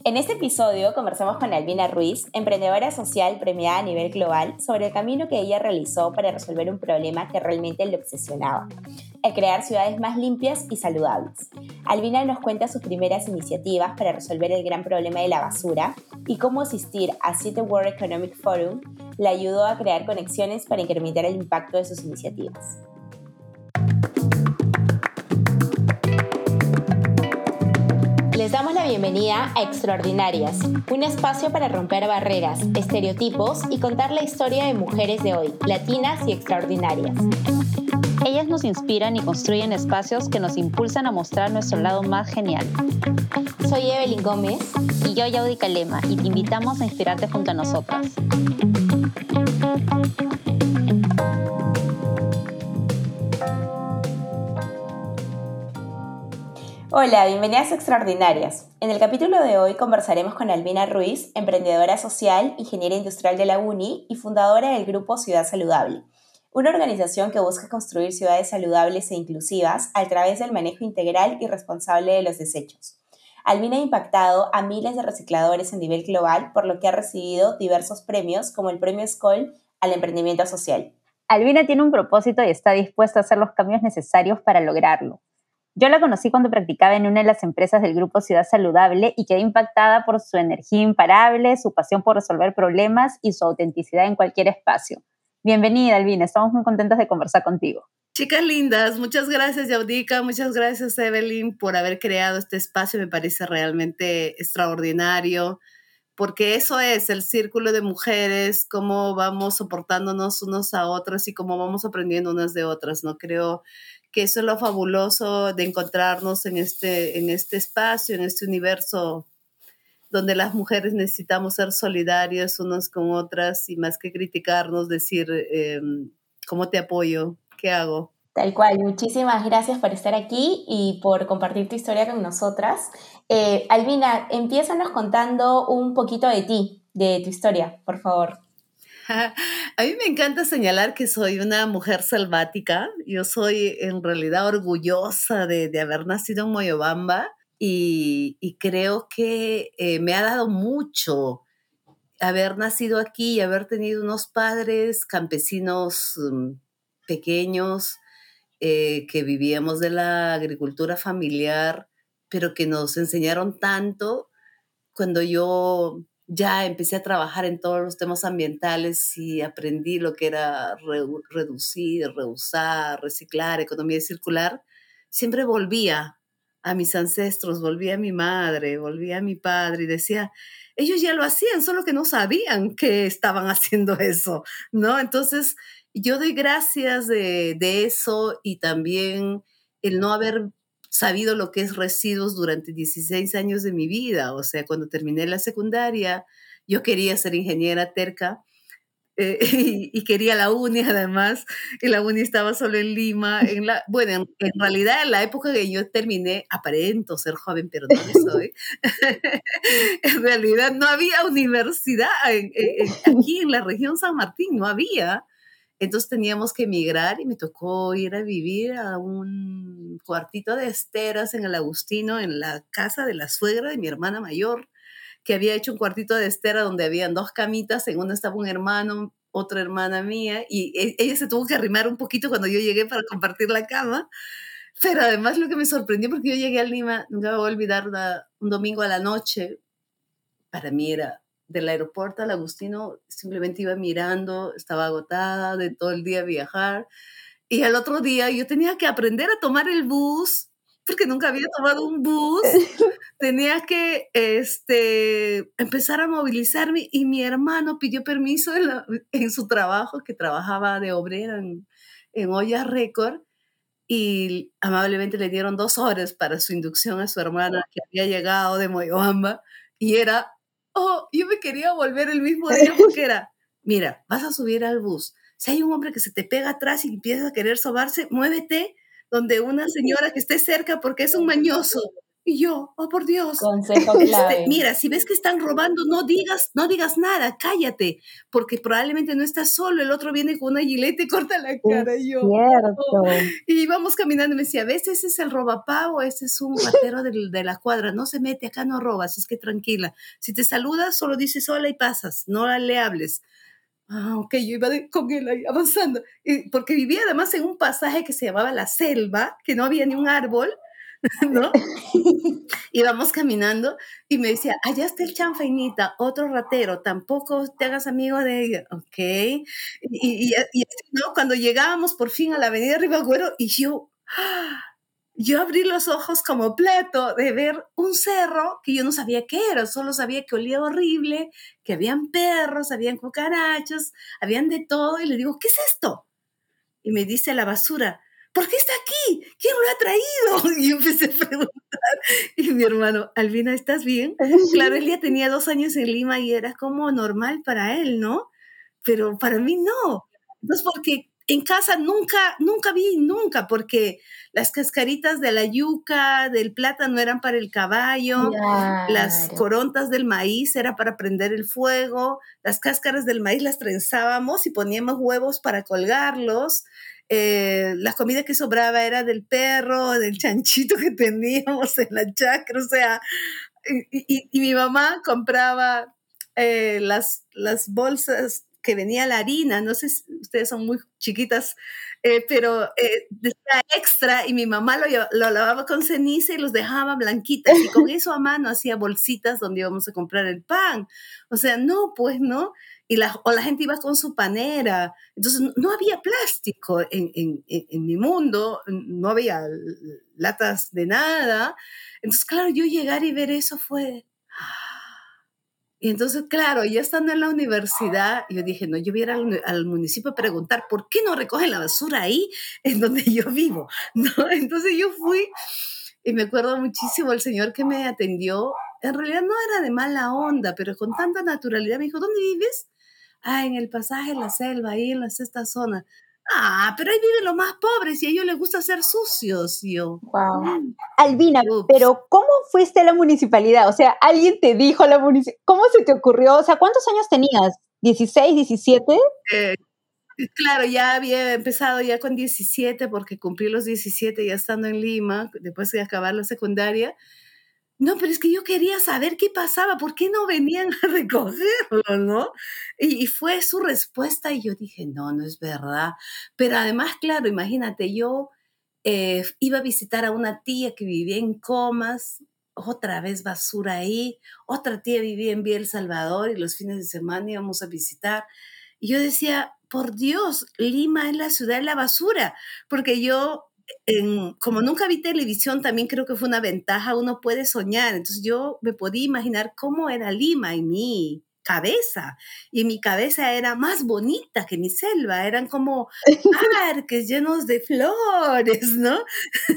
En este episodio conversamos con Albina Ruiz, emprendedora social premiada a nivel global, sobre el camino que ella realizó para resolver un problema que realmente le obsesionaba: el crear ciudades más limpias y saludables. Albina nos cuenta sus primeras iniciativas para resolver el gran problema de la basura y cómo asistir a City World Economic Forum le ayudó a crear conexiones para incrementar el impacto de sus iniciativas. Les damos la bienvenida a Extraordinarias, un espacio para romper barreras, estereotipos y contar la historia de mujeres de hoy, latinas y extraordinarias. Ellas nos inspiran y construyen espacios que nos impulsan a mostrar nuestro lado más genial. Soy Evelyn Gómez. Y yo, Yaudi Calema, y te invitamos a inspirarte junto a nosotras. Hola, bienvenidas a Extraordinarias. En el capítulo de hoy conversaremos con Albina Ruiz, emprendedora social, ingeniera industrial de la UNI y fundadora del grupo Ciudad Saludable, una organización que busca construir ciudades saludables e inclusivas a través del manejo integral y responsable de los desechos. Albina ha impactado a miles de recicladores a nivel global, por lo que ha recibido diversos premios, como el Premio Skoll al Emprendimiento Social. Albina tiene un propósito y está dispuesta a hacer los cambios necesarios para lograrlo. Yo la conocí cuando practicaba en una de las empresas del grupo Ciudad Saludable y quedé impactada por su energía imparable, su pasión por resolver problemas y su autenticidad en cualquier espacio. Bienvenida, Albina, estamos muy contentas de conversar contigo. Chicas lindas, muchas gracias, Yaudica, muchas gracias, Evelyn, por haber creado este espacio. Me parece realmente extraordinario, porque eso es el círculo de mujeres, cómo vamos soportándonos unos a otros y cómo vamos aprendiendo unas de otras, ¿no? Creo que eso es lo fabuloso de encontrarnos en este espacio, en este universo donde las mujeres necesitamos ser solidarias unas con otras y más que criticarnos, decir, ¿cómo te apoyo? ¿Qué hago? Tal cual, muchísimas gracias por estar aquí y por compartir tu historia con nosotras. Albina, empiézanos contando un poquito de ti, de tu historia, por favor. A mí me encanta señalar que soy una mujer selvática. Yo soy en realidad orgullosa de haber nacido en Moyobamba y creo que me ha dado mucho haber nacido aquí y haber tenido unos padres campesinos pequeños que vivíamos de la agricultura familiar, pero que nos enseñaron tanto cuando yo ya empecé a trabajar en todos los temas ambientales y aprendí lo que era reducir, reusar, reciclar, economía circular. Siempre volvía a mis ancestros, volvía a mi madre, volvía a mi padre y decía, ellos ya lo hacían, solo que no sabían que estaban haciendo eso, ¿no? Entonces, yo doy gracias de eso y también el no haber sabido lo que es residuos durante 16 años de mi vida. O sea, cuando terminé la secundaria, yo quería ser ingeniera terca y quería la uni además, y la uni estaba solo en Lima. En realidad en la época que yo terminé, aparento ser joven, pero no lo soy. En realidad no había universidad aquí en la región San Martín, no había. Entonces teníamos que emigrar y me tocó ir a vivir a un cuartito de esteras en el Agustino, en la casa de la suegra de mi hermana mayor, que había hecho un cuartito de estera donde habían dos camitas, en una estaba un hermano, otra hermana mía, y ella se tuvo que arrimar un poquito cuando yo llegué para compartir la cama. Pero además lo que me sorprendió, porque yo llegué a Lima, nunca me voy a olvidar, un domingo a la noche, para mí era del aeropuerto al Agustino, simplemente iba mirando, estaba agotada de todo el día viajar, y al otro día yo tenía que aprender a tomar el bus, porque nunca había tomado un bus, tenía que empezar a movilizarme, y mi hermano pidió permiso en su trabajo, que trabajaba de obrera en Ollas Record, y amablemente le dieron 2 horas para su inducción a su hermana, que había llegado de Moyobamba, y era, yo me quería volver el mismo día, porque era, mira, vas a subir al bus, si hay un hombre que se te pega atrás y empieza a querer sobarse, muévete donde una señora que esté cerca, porque es un mañoso. Y yo, oh por Dios, Consejo clave. mira, si ves que están robando, no digas nada, cállate, porque probablemente no estás solo, el otro viene con una gilete y corta la cara. Y yo, oh. Cierto. Y íbamos caminando y me decía, ¿ves? Ese es el robapavo, ese es un ratero de la cuadra, no se mete, acá no roba, así es que tranquila. Si te saludas, solo dices hola y pasas, no le hables. Ah, ok, yo iba con él ahí avanzando, porque vivía además en un pasaje que se llamaba La Selva, que no había ni un árbol, ¿no? Íbamos caminando y me decía, allá está el chanfainita, otro ratero, tampoco te hagas amigo de ella, ok. Y así, ¿no? Cuando llegábamos por fin a la avenida Ribagüero y yo abrí los ojos como plato de ver un cerro que yo no sabía qué era, solo sabía que olía horrible, que habían perros, habían cucarachas, habían de todo, y le digo, ¿qué es esto? Y me dice la basura, ¿por qué está aquí? ¿Quién lo ha traído? Y yo empecé a preguntar, y mi hermano, Albina, ¿estás bien? Claro, él ya tenía 2 años en Lima y era como normal para él, ¿no? Pero para mí no. Entonces, porque en casa nunca, porque las cascaritas de la yuca, del plátano eran para el caballo, las Claro. corontas del maíz era para prender el fuego, las cáscaras del maíz las trenzábamos y poníamos huevos para colgarlos. La comida que sobraba era del perro, del chanchito que teníamos en la chacra, o sea, y mi mamá compraba las bolsas que venía la harina, no sé si ustedes son muy chiquitas, pero decía extra y mi mamá lo lavaba con ceniza y los dejaba blanquitas y con eso a mano hacía bolsitas donde íbamos a comprar el pan. O sea, no, pues no. O la gente iba con su panera. Entonces no había plástico en mi mundo, no había latas de nada. Entonces, claro, yo llegar y ver eso fue... Y entonces, claro, ya estando en la universidad, yo dije, no, yo voy a ir al municipio a preguntar, ¿por qué no recogen la basura ahí en donde yo vivo? ¿No? Entonces yo fui y me acuerdo muchísimo el señor que me atendió, en realidad no era de mala onda, pero con tanta naturalidad me dijo, ¿dónde vives? Ah, en el pasaje La Selva, ahí en la sexta zona. Ah, pero ahí viven los más pobres y a ellos les gusta ser sucios. Y yo, Wow. Albina, ups. pero ¿cómo fuiste a la municipalidad? O sea, ¿alguien te dijo a la municipalidad? ¿Cómo se te ocurrió? O sea, ¿cuántos años tenías? ¿16, 17? Eh, Claro, ya había empezado ya con 17 porque cumplí los 17 ya estando en Lima, después de acabar la secundaria. No, pero es que yo quería saber qué pasaba, por qué no venían a recogerlo, ¿no? Y fue su respuesta y yo dije, no, no es verdad. Pero además, claro, imagínate, yo iba a visitar a una tía que vivía en Comas, otra vez basura ahí, otra tía vivía en Vía El Salvador y los fines de semana íbamos a visitar. Y yo decía, por Dios, Lima es la ciudad de la basura, porque yo, como nunca vi televisión, también creo que fue una ventaja, uno puede soñar. Entonces yo me podía imaginar cómo era Lima en mi cabeza, y mi cabeza era más bonita que mi selva, eran como parques llenos de flores, ¿no?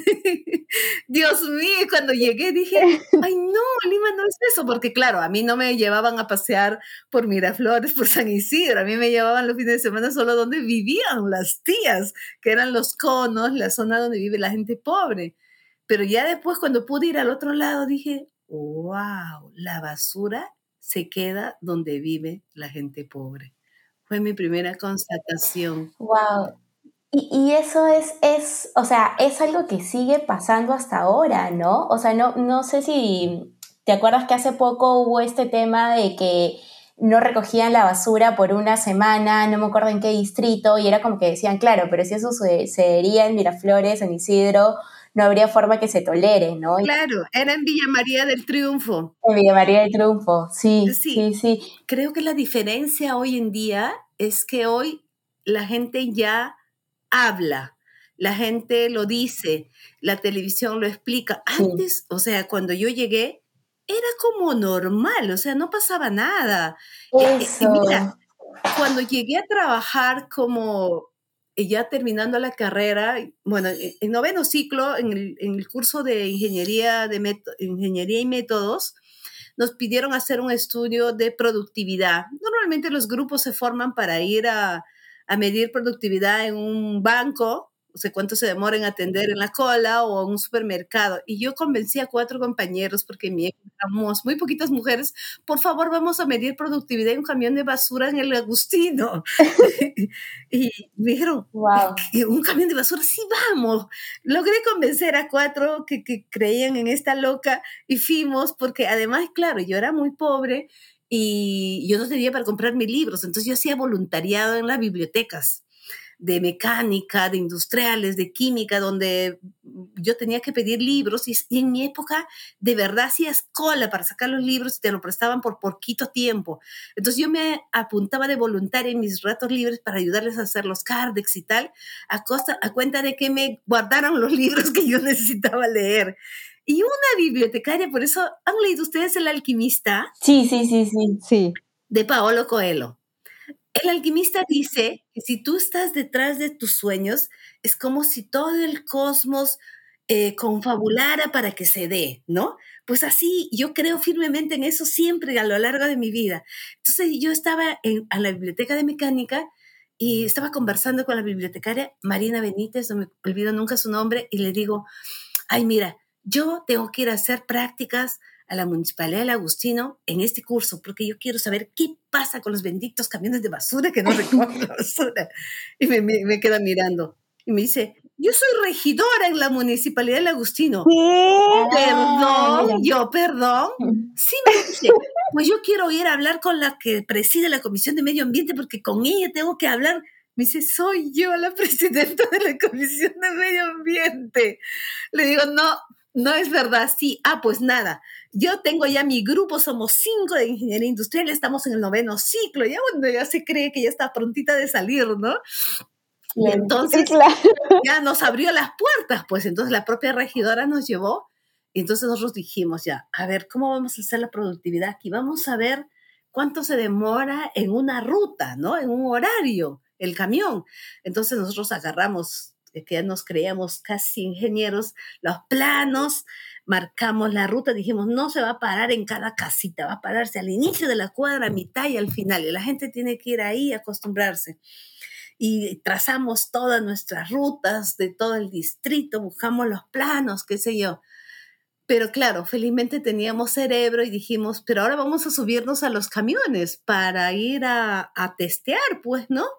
Dios mío, cuando llegué dije, ay no, Lima no es eso, porque claro, a mí no me llevaban a pasear por Miraflores, por San Isidro, a mí me llevaban los fines de semana solo donde vivían las tías, que eran los conos, la zona donde vive la gente pobre. Pero ya después, cuando pude ir al otro lado, dije, wow, la basura se queda donde vive la gente pobre. Fue mi primera constatación. Wow. Y eso o sea, es algo que sigue pasando hasta ahora, ¿no? O sea, no sé si te acuerdas que hace poco hubo este tema de que no recogían la basura por una semana, no me acuerdo en qué distrito, y era como que decían, claro, pero si eso sucedería en Miraflores, en Isidro, no habría forma que se tolere, ¿no? Y Claro, era en Villa María del Triunfo. en Villa María del Triunfo, sí, Sí, sí, sí. creo que la diferencia hoy en día es que hoy la gente ya habla, la gente lo dice, la televisión lo explica. Sí, Antes, o sea, cuando yo llegué, era como normal, o sea, no pasaba nada. Y mira, eso, cuando llegué a trabajar como ya terminando la carrera, bueno, en noveno ciclo, en el curso de ingeniería y métodos, nos pidieron hacer un estudio de productividad. Normalmente los grupos se forman para ir a medir productividad en un banco, sé cuánto se demora en atender en la cola o en un supermercado. Y yo convencí a 4 compañeros, porque en mi época éramos muy poquitas mujeres, por favor, vamos a medir productividad en un camión de basura en el Agustino. Y me dijeron, Wow. ¿un camión de basura? Sí, vamos. Logré convencer a 4 que creían en esta loca y fuimos, porque además, claro, yo era muy pobre y yo no tenía para comprar mis libros, entonces yo hacía voluntariado en las bibliotecas de mecánica, de industriales, de química, donde yo tenía que pedir libros y en mi época de verdad hacías cola para sacar los libros y te lo prestaban por poquito tiempo. Entonces yo me apuntaba de voluntaria en mis ratos libres para ayudarles a hacer los cardex y tal, a cuenta de que me guardaron los libros que yo necesitaba leer. Y una bibliotecaria, por eso, ¿han leído ustedes El Alquimista? Sí. Sí. De Paolo Coelho. El alquimista dice que si tú estás detrás de tus sueños, es como si todo el cosmos confabulara para que se dé, ¿no? Pues así, yo creo firmemente en eso siempre a lo largo de mi vida. Entonces yo estaba a la biblioteca de mecánica y estaba conversando con la bibliotecaria Marina Benítez, no me olvido nunca su nombre, y le digo, ay, mira, yo tengo que ir a hacer prácticas a la Municipalidad del Agustino en este curso, porque yo quiero saber qué pasa con los benditos camiones de basura que no recogen la basura. Y me queda mirando y me dice, yo soy regidora en la Municipalidad del Agustino. ¿Qué? Perdón, Mira. perdón. Sí, me dice, pues yo quiero ir a hablar con la que preside la Comisión de Medio Ambiente porque con ella tengo que hablar. Me dice, soy yo la presidenta de la Comisión de Medio Ambiente. Le digo, no, no es verdad, sí. Pues nada, yo tengo ya mi grupo, somos 5 de ingeniería industrial, estamos en el 9º ciclo, ya bueno, ya se cree que ya está prontita de salir, ¿no? Y entonces Claro. ya nos abrió las puertas, pues entonces la propia regidora nos llevó y entonces nosotros dijimos ya, a ver, ¿cómo vamos a hacer la productividad aquí? Vamos a ver cuánto se demora en una ruta, ¿no? En un horario, el camión. Entonces nosotros agarramos, que ya nos creíamos casi ingenieros, los planos, marcamos la ruta, dijimos, no se va a parar en cada casita, va a pararse al inicio de la cuadra, a mitad y al final, y la gente tiene que ir ahí a acostumbrarse. Y trazamos todas nuestras rutas de todo el distrito, buscamos los planos, qué sé yo. Pero claro, felizmente teníamos cerebro y dijimos, pero ahora vamos a subirnos a los camiones para ir a testear, pues, ¿no?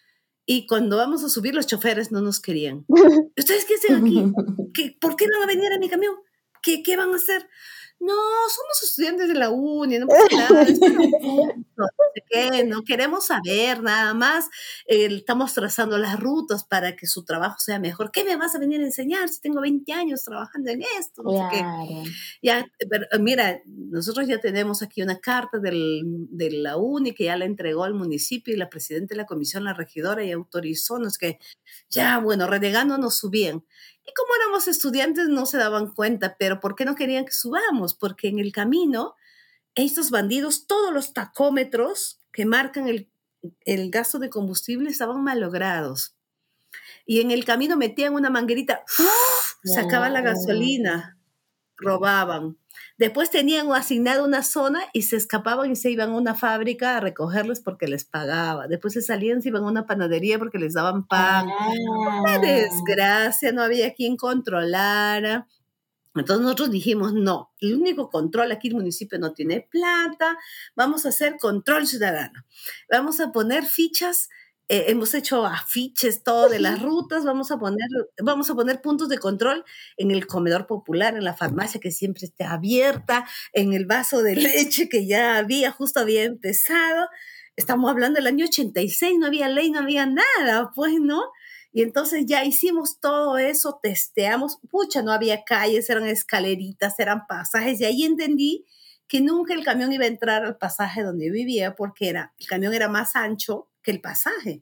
Y cuando vamos a subir, los choferes no nos querían. ¿Ustedes qué hacen aquí? ¿Por qué van a venir a mi camión? ¿Qué van a hacer? No, somos estudiantes de la uni, no pasa nada, espera un punto, no sé qué, no queremos saber nada más, estamos trazando las rutas para que su trabajo sea mejor. ¿Qué me vas a venir a enseñar si tengo 20 años trabajando en esto? No sé qué. Claro. Ya, pero, mira, nosotros ya tenemos aquí una carta de la uni que ya la entregó al municipio y la presidenta de la comisión, la regidora, y autorizó, no es que ya, bueno, renegando nos subían. Y como éramos estudiantes no se daban cuenta, pero ¿por qué no querían que subamos? Porque en el camino, estos bandidos, todos los tacómetros que marcan el gasto de combustible estaban malogrados. Y en el camino metían una manguerita, sacaban la gasolina, robaban. Después tenían asignado una zona y se escapaban y se iban a una fábrica a recogerlos porque les pagaba. Después se salían, se iban a una panadería porque les daban pan. Una desgracia, no había quien controlara. Entonces nosotros dijimos, no, el único control aquí, el municipio no tiene plata, vamos a hacer control ciudadano. Vamos a poner fichas, hemos hecho afiches, todo de las rutas, vamos a poner puntos de control en el comedor popular, en la farmacia que siempre esté abierta, en el vaso de leche que ya justo había empezado. Estamos hablando del año 86, no había ley, no había nada, pues, ¿no? Y entonces ya hicimos todo eso, testeamos, pucha, no había calles, eran escaleritas, eran pasajes, y ahí entendí que nunca el camión iba a entrar al pasaje donde yo vivía porque el camión era más ancho que el pasaje.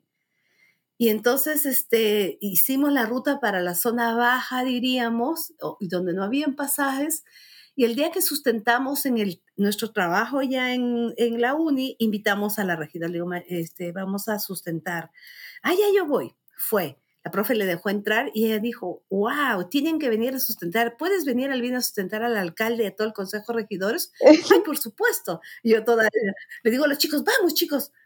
Y entonces hicimos la ruta para la zona baja, diríamos, donde no habían pasajes, y el día que sustentamos nuestro trabajo ya en la uni, invitamos a la regidora, le digo, vamos a sustentar. Ya yo voy. Fue. La profe le dejó entrar y ella dijo, wow, tienen que venir a sustentar. ¿Puedes venir a sustentar al alcalde y a todo el consejo de regidores? Ay, por supuesto. Y yo todavía le digo a los chicos, vamos chicos,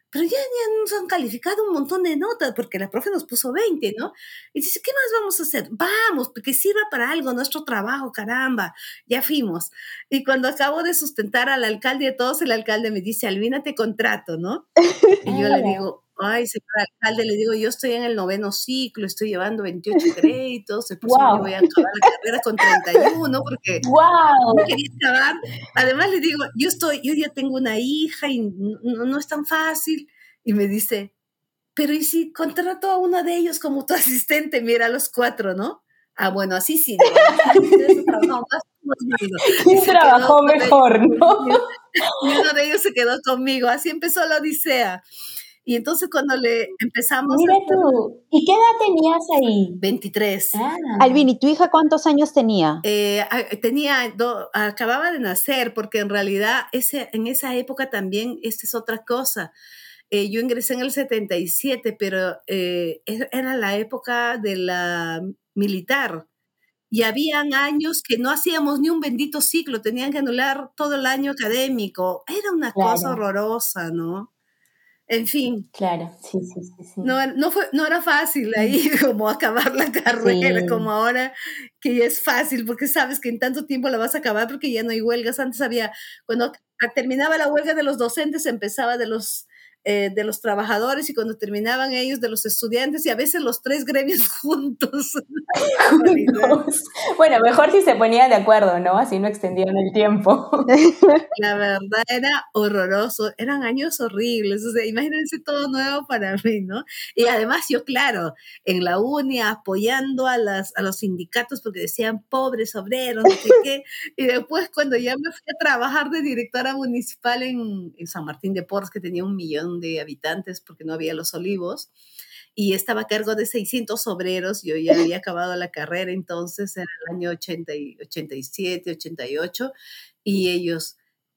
pero ya nos han calificado un montón de notas porque la profe nos puso 20, ¿no? Y dice, ¿qué más vamos a hacer? Vamos, que sirva para algo nuestro trabajo, caramba, ya fuimos. Y cuando acabo de sustentar al alcalde de todos, el alcalde me dice, Albina, te contrato, ¿no? Y yo le digo, ay, señor alcalde, le digo, yo estoy en el 9º ciclo, estoy llevando 28 créditos, el próximo año voy a acabar la carrera con 31, porque no quería acabar. Además le digo, yo ya tengo una hija y no es tan fácil. Y me dice, pero ¿y si contrato a uno de ellos como tu asistente? Mira, a los 4, ¿no? Ah, bueno, así sí, digo, ¿Quién trabajó mejor, no? Y uno de ellos se quedó conmigo, así empezó la odisea. Y entonces cuando le empezamos Mira tú, ¿y qué edad tenías ahí? 23. Albina, ¿y tu hija cuántos años tenía? Acababa de nacer, porque en realidad en esa época también, esta es otra cosa. Yo ingresé en el 77, pero era la época de la militar. Y habían años que no hacíamos ni un bendito ciclo, tenían que anular todo el año académico. Era una cosa horrorosa, ¿no? En fin. Claro, sí. No era fácil ahí como acabar la carrera, como ahora que ya es fácil, porque sabes que en tanto tiempo la vas a acabar porque ya no hay huelgas. Antes cuando terminaba la huelga de los docentes, empezaba de los trabajadores, y cuando terminaban ellos de los estudiantes, y a veces los 3 gremios juntos. Bueno, mejor si se ponían de acuerdo, ¿no? Así no extendían el tiempo. La verdad era horroroso, eran años horribles, o sea, imagínense todo nuevo para mí, ¿no? Y además yo, claro, en la uni apoyando a los sindicatos porque decían pobres obreros, no sé qué, y después cuando ya me fui a trabajar de directora municipal en San Martín de Porres, que tenía 1 millón de habitantes porque no había Los Olivos, y estaba a cargo de 600 obreros. Yo ya había acabado la carrera, entonces era el año 87, 88, y ellos,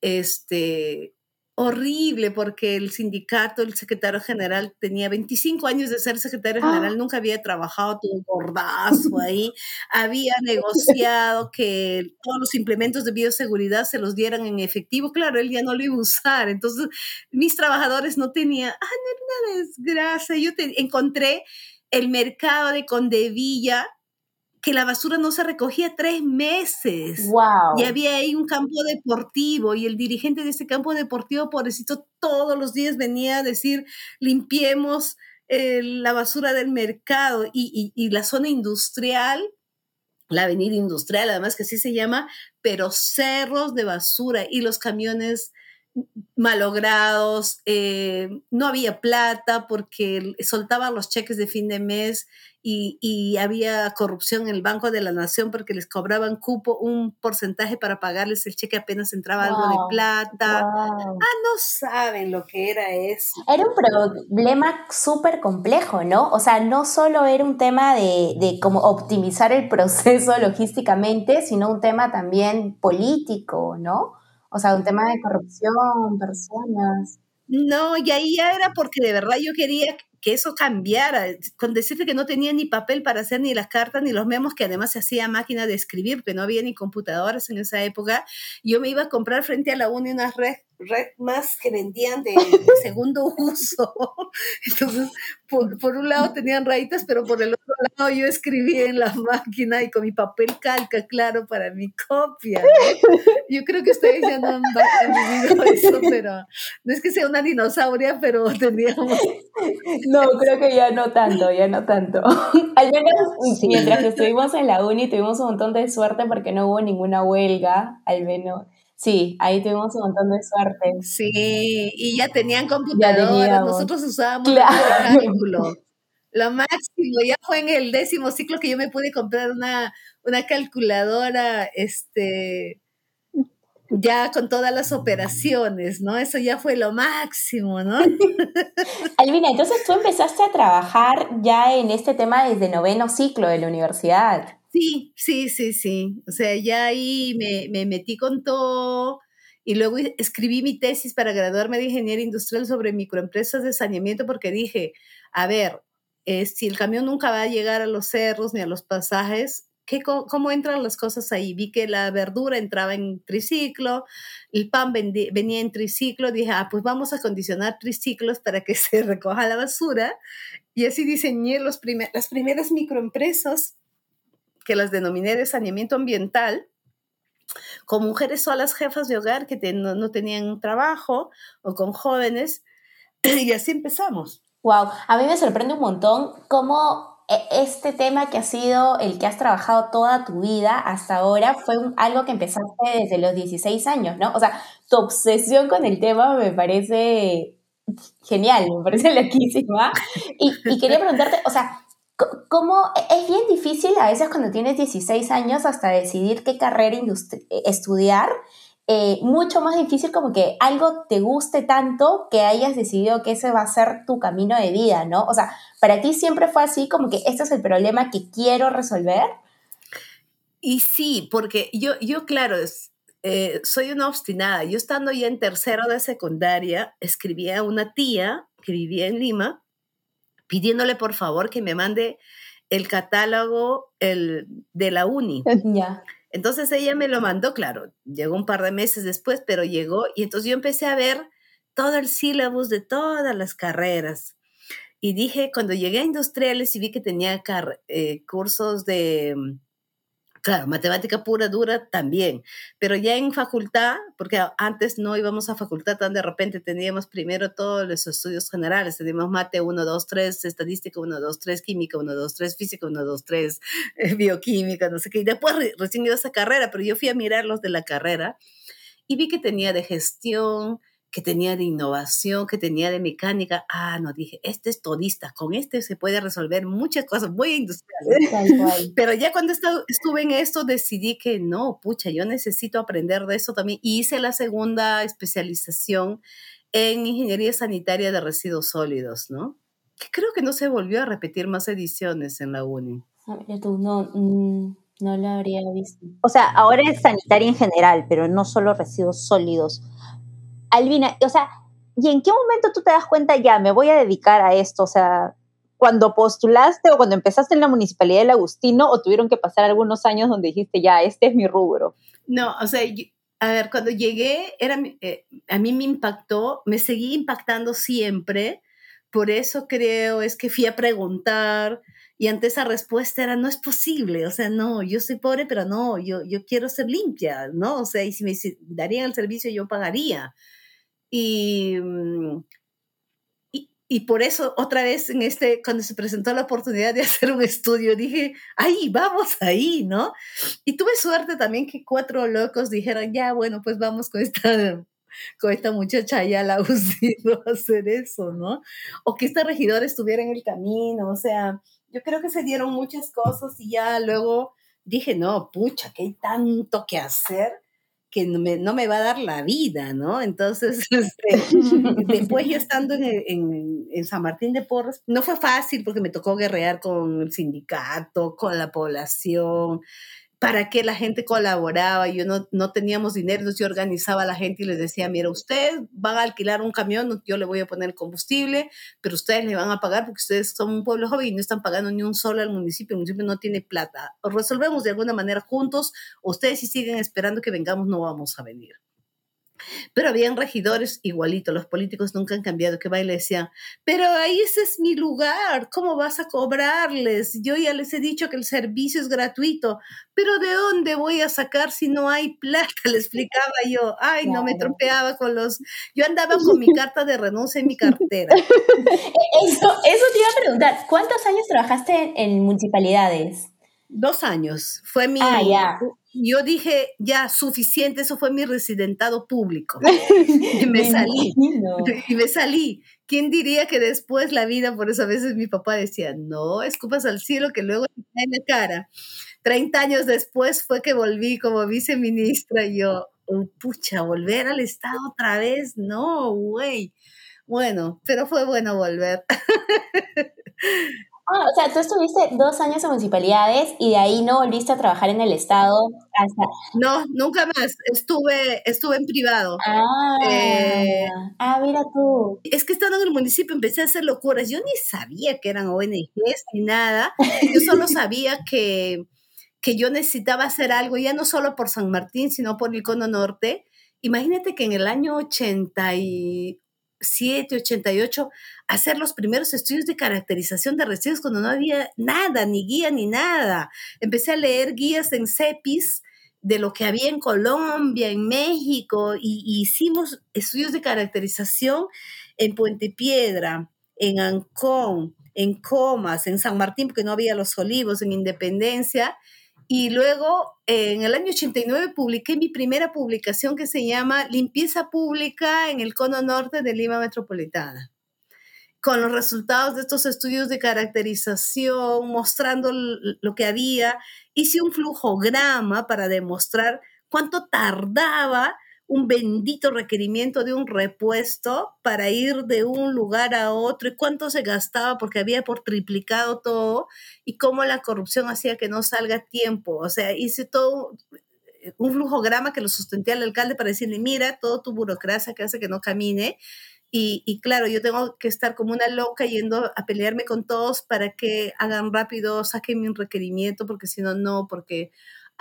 horrible, porque el sindicato, el secretario general tenía 25 años de ser secretario general, nunca había trabajado, tuvo un gordazo ahí, había negociado que todos los implementos de bioseguridad se los dieran en efectivo. Claro, él ya no lo iba a usar, entonces mis trabajadores no tenían, no era una desgracia. Yo encontré el mercado de Condevilla, que la basura no se recogía 3 meses. Wow. Y había ahí un campo deportivo, y el dirigente de ese campo deportivo, pobrecito, todos los días venía a decir, limpiemos la basura del mercado, y la zona industrial, la avenida industrial, además que así se llama, pero cerros de basura, y los camiones malogrados, no había plata porque soltaban los cheques de fin de mes, y había corrupción en el Banco de la Nación porque les cobraban un porcentaje para pagarles el cheque apenas entraba algo de plata. No saben lo que era eso. Era un problema súper complejo, ¿no? O sea, no solo era un tema de cómo optimizar el proceso logísticamente, sino un tema también político, ¿no? O sea, un tema de corrupción, personas. No, y ahí ya era porque de verdad yo quería que eso cambiara, con decirte que no tenía ni papel para hacer ni las cartas ni los memos, que además se hacía a máquina de escribir, que no había ni computadoras en esa época. Yo me iba a comprar frente a la uni unas red más que vendían de segundo uso. Entonces, por un lado tenían rayitas, pero por el otro lado yo escribía en la máquina y con mi papel calca, claro, para mi copia, ¿no? Yo creo que ustedes ya no han vivido eso, pero no es que sea una dinosauria, pero teníamos... No, creo que ya no tanto. Al menos mientras estuvimos en la uni tuvimos un montón de suerte porque no hubo ninguna huelga, al menos. Sí, ahí tuvimos un montón de suerte. Sí, y ya tenían computadoras, nosotros usábamos de cálculo. Lo máximo, ya fue en el 10º ciclo que yo me pude comprar una calculadora, ya con todas las operaciones, ¿no? Eso ya fue lo máximo, ¿no? Albina, entonces tú empezaste a trabajar ya en este tema desde 9º ciclo de la universidad. Sí. O sea, ya ahí me metí con todo, y luego escribí mi tesis para graduarme de Ingeniería Industrial sobre microempresas de saneamiento, porque dije, a ver, si el camión nunca va a llegar a los cerros ni a los pasajes, ¿cómo entran las cosas ahí? Vi que la verdura entraba en triciclo, el pan venía en triciclo, dije, pues vamos a condicionar triciclos para que se recoja la basura, y así diseñé las primeras microempresas, que las denominé de saneamiento ambiental, con mujeres solas jefas de hogar que no tenían trabajo, o con jóvenes, y así empezamos. Wow, a mí me sorprende un montón cómo este tema que ha sido el que has trabajado toda tu vida hasta ahora fue algo que empezaste desde los 16 años, ¿no? O sea, tu obsesión con el tema me parece genial, me parece loquísima. Y quería preguntarte, o sea, ¿cómo es bien difícil a veces cuando tienes 16 años hasta decidir qué carrera estudiar? Mucho más difícil como que algo te guste tanto que hayas decidido que ese va a ser tu camino de vida, ¿no? O sea, ¿para ti siempre fue así como que este es el problema que quiero resolver? Y sí, porque yo claro, soy una obstinada. Yo estando ya en tercero de secundaria, escribí a una tía que vivía en Lima, pidiéndole por favor que me mande el catálogo de la uni. Ya. Entonces ella me lo mandó, claro, llegó un par de meses después, pero llegó, y entonces yo empecé a ver todo el sílabus de todas las carreras. Y dije, cuando llegué a industriales y vi que tenía cursos de, claro, matemática pura, dura también, pero ya en facultad, porque antes no íbamos a facultad tan de repente, teníamos primero todos los estudios generales, teníamos mate 1, 2, 3, estadística 1, 2, 3, química 1, 2, 3, física 1, 2, 3, bioquímica, no sé qué, y después recién iba a esa carrera, pero yo fui a mirar los de la carrera y vi que tenía de gestión, que tenía de innovación, que tenía de mecánica. No, dije, este es todista, con este se puede resolver muchas cosas, voy a industriales. Tal cual. Pero ya cuando estuve en esto decidí que no, pucha, yo necesito aprender de eso también. Y hice la segunda especialización en ingeniería sanitaria de residuos sólidos, ¿no? Que creo que no se volvió a repetir más ediciones en la uni. Mira tú, no, no lo habría visto. O sea, ahora es sanitaria en general, pero no solo residuos sólidos. Albina, o sea, ¿y en qué momento tú te das cuenta, ya, me voy a dedicar a esto? O sea, ¿cuando postulaste o cuando empezaste en la Municipalidad del Agustino, o tuvieron que pasar algunos años donde dijiste, ya, este es mi rubro? No, o sea, a ver, cuando llegué, a mí me impactó, me seguí impactando siempre, por eso creo, es que fui a preguntar, y ante esa respuesta era, no es posible, o sea, no, yo soy pobre, pero no, yo quiero ser limpia, ¿no? O sea, y si me darían el servicio, yo pagaría. Y, y por eso, otra vez, cuando se presentó la oportunidad de hacer un estudio, dije, ¡ay, vamos ahí!, ¿no? Y tuve suerte también que 4 locos dijeron, ya, bueno, pues vamos con esta muchacha allá a la UCI a hacer eso, ¿no? O que esta regidora estuviera en el camino, o sea, yo creo que se dieron muchas cosas y ya luego dije, no, pucha, que hay tanto que hacer que no me va a dar la vida, ¿no? Entonces, después ya estando en San Martín de Porres, no fue fácil porque me tocó guerrear con el sindicato, con la población, para que la gente colaboraba. Yo no teníamos dinero, entonces yo organizaba a la gente y les decía, mira, ustedes van a alquilar un camión, yo le voy a poner combustible, pero ustedes le van a pagar porque ustedes son un pueblo joven y no están pagando ni un solo al municipio, el municipio no tiene plata. O resolvemos de alguna manera juntos, o ustedes si siguen esperando que vengamos, no vamos a venir. Pero habían regidores igualitos, los políticos nunca han cambiado, que va y le decían, pero ahí ese es mi lugar, ¿cómo vas a cobrarles? Yo ya les he dicho que el servicio es gratuito, pero ¿de dónde voy a sacar si no hay plata? Le explicaba yo, no me tropeaba yo andaba con mi carta de renuncia en mi cartera. Eso te iba a preguntar, ¿cuántos años trabajaste en municipalidades? 2 años, fue ya. Yo dije, ya, suficiente, eso fue mi residentado público. Y me salí. ¿Quién diría que después la vida, por eso a veces mi papá decía, no, escupas al cielo que luego te cae en la cara? 30 años después fue que volví como viceministra y yo, pucha, volver al Estado otra vez, no, güey. Bueno, pero fue bueno volver. O sea, tú estuviste 2 años en municipalidades y de ahí no volviste a trabajar en el Estado hasta... No, nunca más. Estuve en privado. Mira tú. Es que estando en el municipio empecé a hacer locuras. Yo ni sabía que eran ONGs ni nada. Yo solo sabía que que yo necesitaba hacer algo, ya no solo por San Martín, sino por el Cono Norte. Imagínate que en el año 87, 88, hacer los primeros estudios de caracterización de residuos cuando no había nada, ni guía, ni nada. Empecé a leer guías en CEPIS de lo que había en Colombia, en México, y hicimos estudios de caracterización en Puente Piedra, en Ancón, en Comas, en San Martín, porque no había Los Olivos, en Independencia. Y luego, en el año 89, publiqué mi primera publicación que se llama Limpieza Pública en el Cono Norte de Lima Metropolitana, con los resultados de estos estudios de caracterización, mostrando lo que había. Hice un flujograma para demostrar cuánto tardaba un bendito requerimiento de un repuesto para ir de un lugar a otro y cuánto se gastaba porque había por triplicado todo y cómo la corrupción hacía que no salga a tiempo. O sea, hice todo un flujograma que lo sustenté al alcalde para decirle, mira, todo tu burocracia que hace que no camine. Y claro, yo tengo que estar como una loca yendo a pelearme con todos para que hagan rápido, saquen mi requerimiento, porque si no, no, porque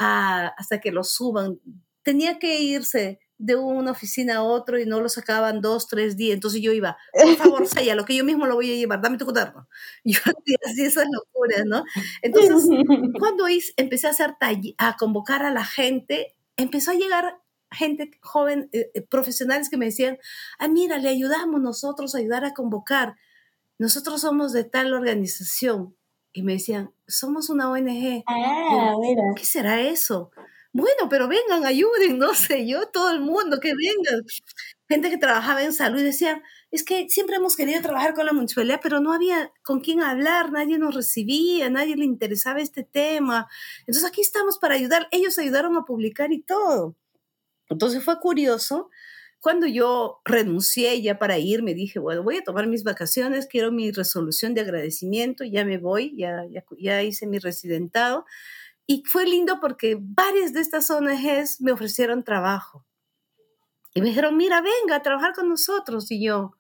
hasta que lo suban. Tenía que irse de una oficina a otro y no lo sacaban 2, 3 días. Entonces yo iba, por favor, sella, lo que yo mismo lo voy a llevar, dame tu cuaderno. Yo hacía esas locuras, ¿no? Entonces, cuando empecé a a convocar a la gente, empezó a llegar gente joven, profesionales que me decían, mira, le ayudamos nosotros a ayudar a convocar. Nosotros somos de tal organización. Y me decían, somos una ONG. Digo, Mira. ¿qué será eso? Bueno, pero vengan, ayuden, no sé, yo, todo el mundo, que vengan. Gente que trabajaba en salud y decía, es que siempre hemos querido trabajar con la municipalidad, pero no había con quién hablar, nadie nos recibía, nadie le interesaba este tema. Entonces aquí estamos para ayudar. Ellos ayudaron a publicar y todo. Entonces fue curioso. Cuando yo renuncié ya para irme, dije, bueno, voy a tomar mis vacaciones, quiero mi resolución de agradecimiento, ya me voy, ya hice mi residentado. Y fue lindo porque varias de estas ONGs me ofrecieron trabajo. Y me dijeron, mira, venga a trabajar con nosotros. Y yo,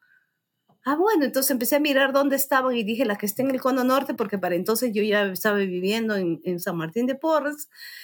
bueno, entonces empecé a mirar dónde estaban y dije, la que está en el Cono Norte, porque para entonces yo ya estaba viviendo en San Martín de Porres,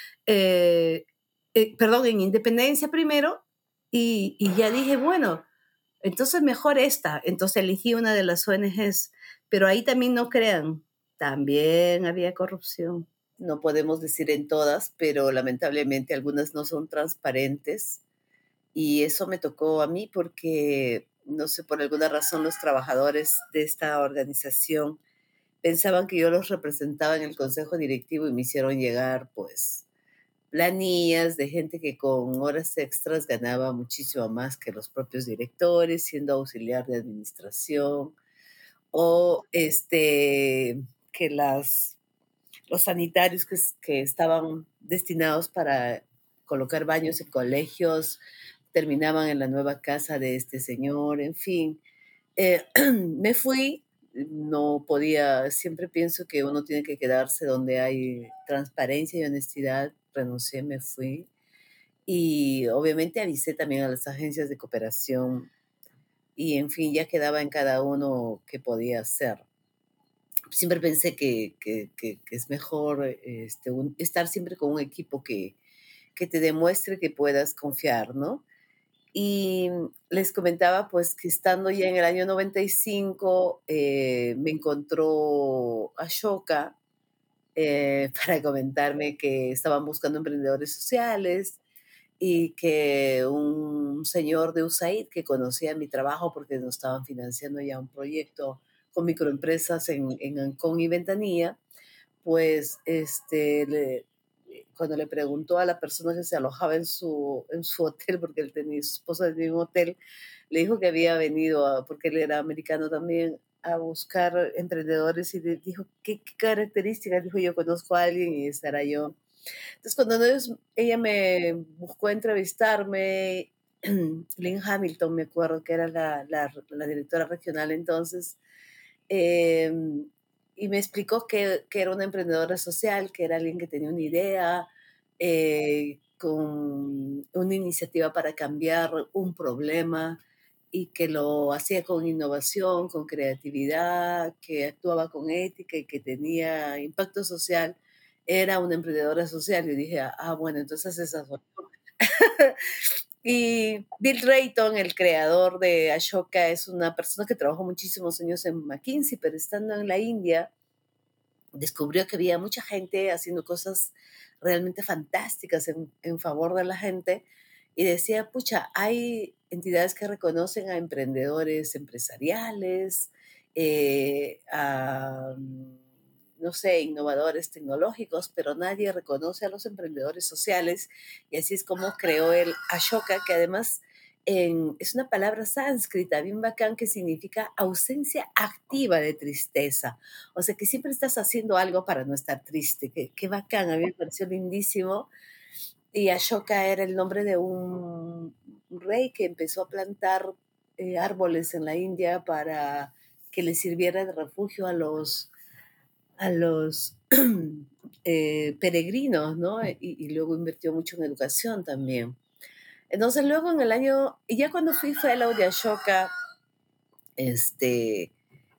perdón, en Independencia primero, y ya dije, bueno, entonces mejor esta. Entonces elegí una de las ONGs, pero ahí también no crean, también había corrupción. No podemos decir en todas, pero lamentablemente algunas no son transparentes y eso me tocó a mí porque, no sé, por alguna razón los trabajadores de esta organización pensaban que yo los representaba en el consejo directivo y me hicieron llegar, pues, planillas de gente que con horas extras ganaba muchísimo más que los propios directores, siendo auxiliar de administración, o que los sanitarios que estaban destinados para colocar baños en colegios terminaban en la nueva casa de este señor, en fin. Me fui, no podía, siempre pienso que uno tiene que quedarse donde hay transparencia y honestidad, renuncié, me fui y obviamente avisé también a las agencias de cooperación y en fin, ya quedaba en cada uno qué podía hacer. Siempre pensé que es mejor estar siempre con un equipo que te demuestre que puedas confiar, ¿no? Y les comentaba pues que estando ya en el año 95 me encontró Ashoka para comentarme que estaban buscando emprendedores sociales y que un señor de USAID que conocía mi trabajo porque nos estaban financiando ya un proyecto con microempresas en Ancón y Ventanilla, pues cuando le preguntó a la persona que se alojaba en su hotel, porque él tenía su esposa en un hotel, le dijo que había venido, porque él era americano también, a buscar emprendedores y le dijo, ¿qué características? Dijo, yo conozco a alguien y estará yo. Entonces, cuando ella me buscó entrevistarme, Lynn Hamilton, me acuerdo que era la directora regional entonces, eh, y me explicó que era una emprendedora social, que era alguien que tenía una idea, con una iniciativa para cambiar un problema y que lo hacía con innovación, con creatividad, que actuaba con ética y que tenía impacto social era una emprendedora social. Y dije, bueno, entonces esa soy yo. Y Bill Drayton, el creador de Ashoka, es una persona que trabajó muchísimos años en McKinsey, pero estando en la India, descubrió que había mucha gente haciendo cosas realmente fantásticas en favor de la gente y decía, pucha, hay entidades que reconocen a emprendedores empresariales, no sé, innovadores tecnológicos, pero nadie reconoce a los emprendedores sociales y así es como creó el Ashoka, que además es una palabra sánscrita bien bacán que significa ausencia activa de tristeza. O sea, que siempre estás haciendo algo para no estar triste. Qué bacán, a mí me pareció lindísimo. Y Ashoka era el nombre de un rey que empezó a plantar árboles en la India para que le sirviera de refugio a los peregrinos, ¿no? Y luego invirtió mucho en educación también. Entonces luego en el año, y ya cuando fui fellow de Ashoka, este,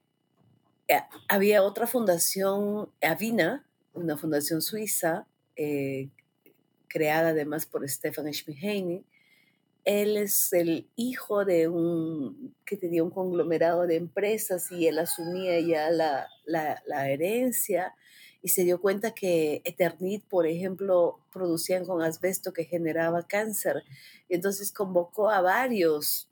había otra fundación, Avina, una fundación suiza, creada además por Stefan Schmidheiny. Él es el hijo de que tenía un conglomerado de empresas y él asumía ya la herencia y se dio cuenta que Eternit, por ejemplo, producían con asbesto que generaba cáncer. Y entonces convocó a varios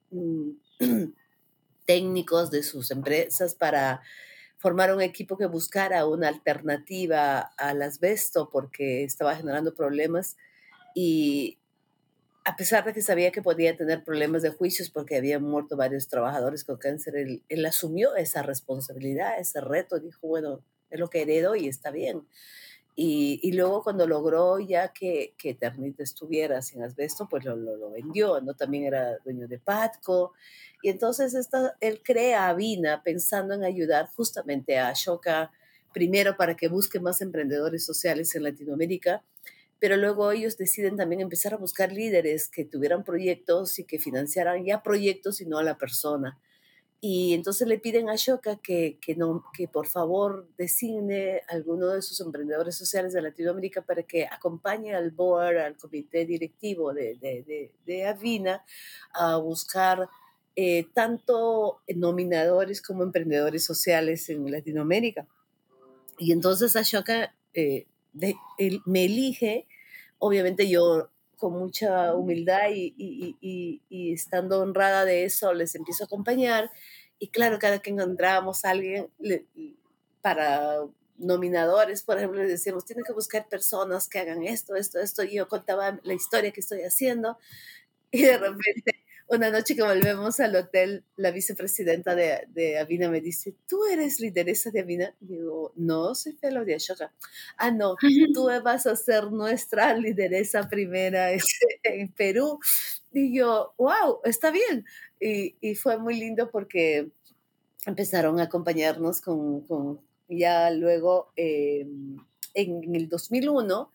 técnicos de sus empresas para formar un equipo que buscara una alternativa al asbesto porque estaba generando problemas y a pesar de que sabía que podía tener problemas de juicios porque habían muerto varios trabajadores con cáncer, él asumió esa responsabilidad, ese reto, dijo, bueno, es lo que heredo y está bien. Y luego cuando logró ya que Eternit estuviera sin asbesto, pues lo vendió, ¿no? También era dueño de Patco. Y entonces él crea Avina pensando en ayudar justamente a Ashoka, primero para que busque más emprendedores sociales en Latinoamérica, pero luego ellos deciden también empezar a buscar líderes que tuvieran proyectos y que financiaran ya proyectos y no a la persona. Y entonces le piden a Ashoka que por favor designe a alguno de sus emprendedores sociales de Latinoamérica para que acompañe al board, al comité directivo de Avina a buscar tanto nominadores como emprendedores sociales en Latinoamérica. Y entonces Ashoka él me elige, obviamente yo con mucha humildad y estando honrada de eso, les empiezo a acompañar. Y claro, cada que encontrábamos a alguien para nominadores, por ejemplo, les decíamos, tienen que buscar personas que hagan esto, esto, esto. Y yo contaba la historia que estoy haciendo. Y de repente, una noche que volvemos al hotel, la vicepresidenta de Avina me dice, ¿tú eres lideresa de Avina? Y digo, no, soy fellow de Ashoka. No, tú vas a ser nuestra lideresa primera en Perú. Y yo, wow, está bien. Y fue muy lindo porque empezaron a acompañarnos ya luego, en el 2001,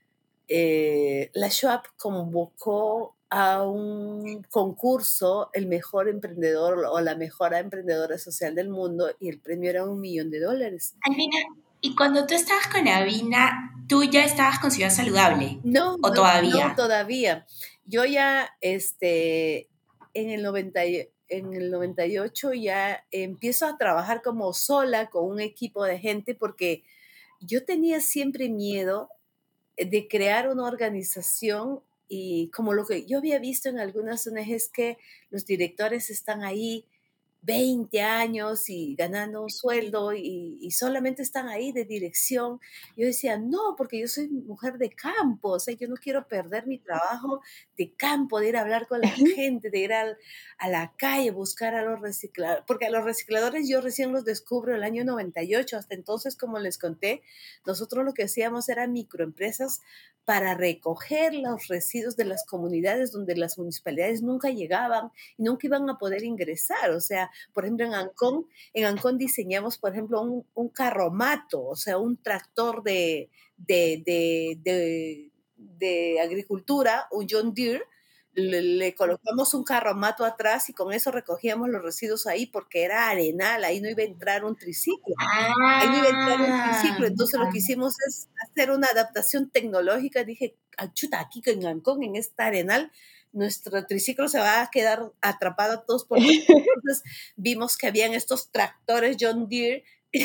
la Schwab convocó a un concurso el mejor emprendedor o la mejor emprendedora social del mundo y el premio era $1,000,000. Albina, y cuando tú estabas con Avina, ¿tú ya estabas con Ciudad Saludable? No, ¿O no todavía? todavía. Yo ya en el 98 ya empiezo a trabajar como sola con un equipo de gente porque yo tenía siempre miedo de crear una organización y como lo que yo había visto en algunas ONGs que los directores están ahí 20 años y ganando un sueldo y solamente están ahí de dirección. Yo decía, no, porque yo soy mujer de campo, o sea, yo no quiero perder mi trabajo de campo, de ir a hablar con la gente, de ir a la calle, buscar a los recicladores, porque a los recicladores yo recién los descubro el año 98, hasta entonces, como les conté, nosotros lo que hacíamos era microempresas para recoger los residuos de las comunidades donde las municipalidades nunca llegaban y nunca iban a poder ingresar. O sea, por ejemplo, en Ancón diseñamos, por ejemplo, un carromato, o sea, un tractor de agricultura, un John Deere, le colocamos un carromato atrás y con eso recogíamos los residuos ahí porque era arenal, ahí no iba a entrar un triciclo. Ahí no iba a entrar un triciclo, entonces lo que hicimos es hacer una adaptación tecnológica. Dije, chuta, aquí en Ancón, en esta arenal, nuestro triciclo se va a quedar atrapado todos por todos. Entonces vimos que habían estos tractores John Deere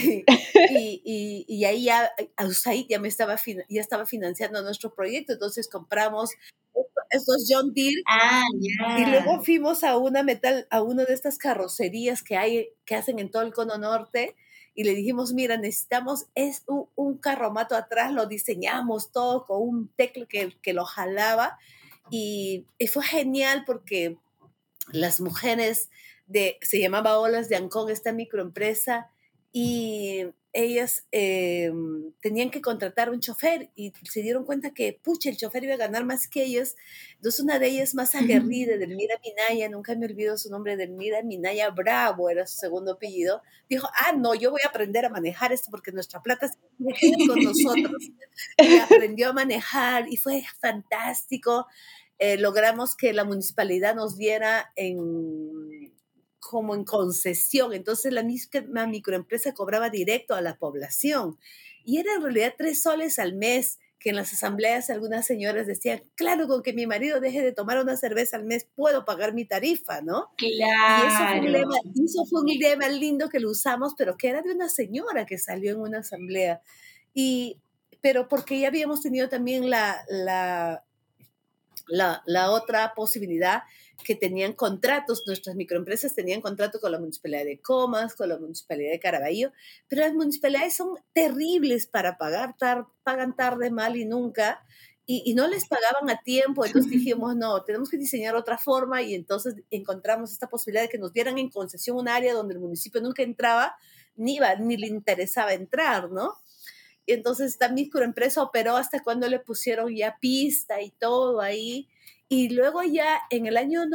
y ahí ya USAID ya estaba financiando nuestro proyecto, entonces compramos estos John Deere y luego fuimos a una de estas carrocerías que hacen en todo el cono norte y le dijimos, mira, necesitamos un carromato atrás, lo diseñamos todo con un teclado que lo jalaba y fue genial porque las mujeres se llamaba Olas de Ancón, esta microempresa, y ellas tenían que contratar un chofer y se dieron cuenta que, pucha, el chofer iba a ganar más que ellas. Entonces una de ellas más aguerrida, Delmira Minaya, nunca me olvido su nombre, Delmira Minaya Bravo, era su segundo apellido, dijo, no, yo voy a aprender a manejar esto porque nuestra plata se queda con nosotros. Y aprendió a manejar y fue fantástico. Logramos que la municipalidad nos diera como en concesión, entonces la misma microempresa cobraba directo a la población y era en realidad 3 soles al mes, que en las asambleas algunas señoras decían, claro, con que mi marido deje de tomar una cerveza al mes puedo pagar mi tarifa, ¿no? Claro. Y eso fue un lema lindo que lo usamos, pero que era de una señora que salió en una asamblea, pero porque ya habíamos tenido también la otra posibilidad, que tenían contratos, nuestras microempresas tenían contrato con la Municipalidad de Comas, con la Municipalidad de Caraballo, pero las municipalidades son terribles para pagar, pagan tarde, mal y nunca, y no les pagaban a tiempo, entonces dijimos, no, tenemos que diseñar otra forma, y entonces encontramos esta posibilidad de que nos dieran en concesión un área donde el municipio nunca entraba, ni le interesaba entrar, ¿no? Y entonces esta microempresa operó hasta cuando le pusieron ya pista y todo ahí. Y luego ya en el año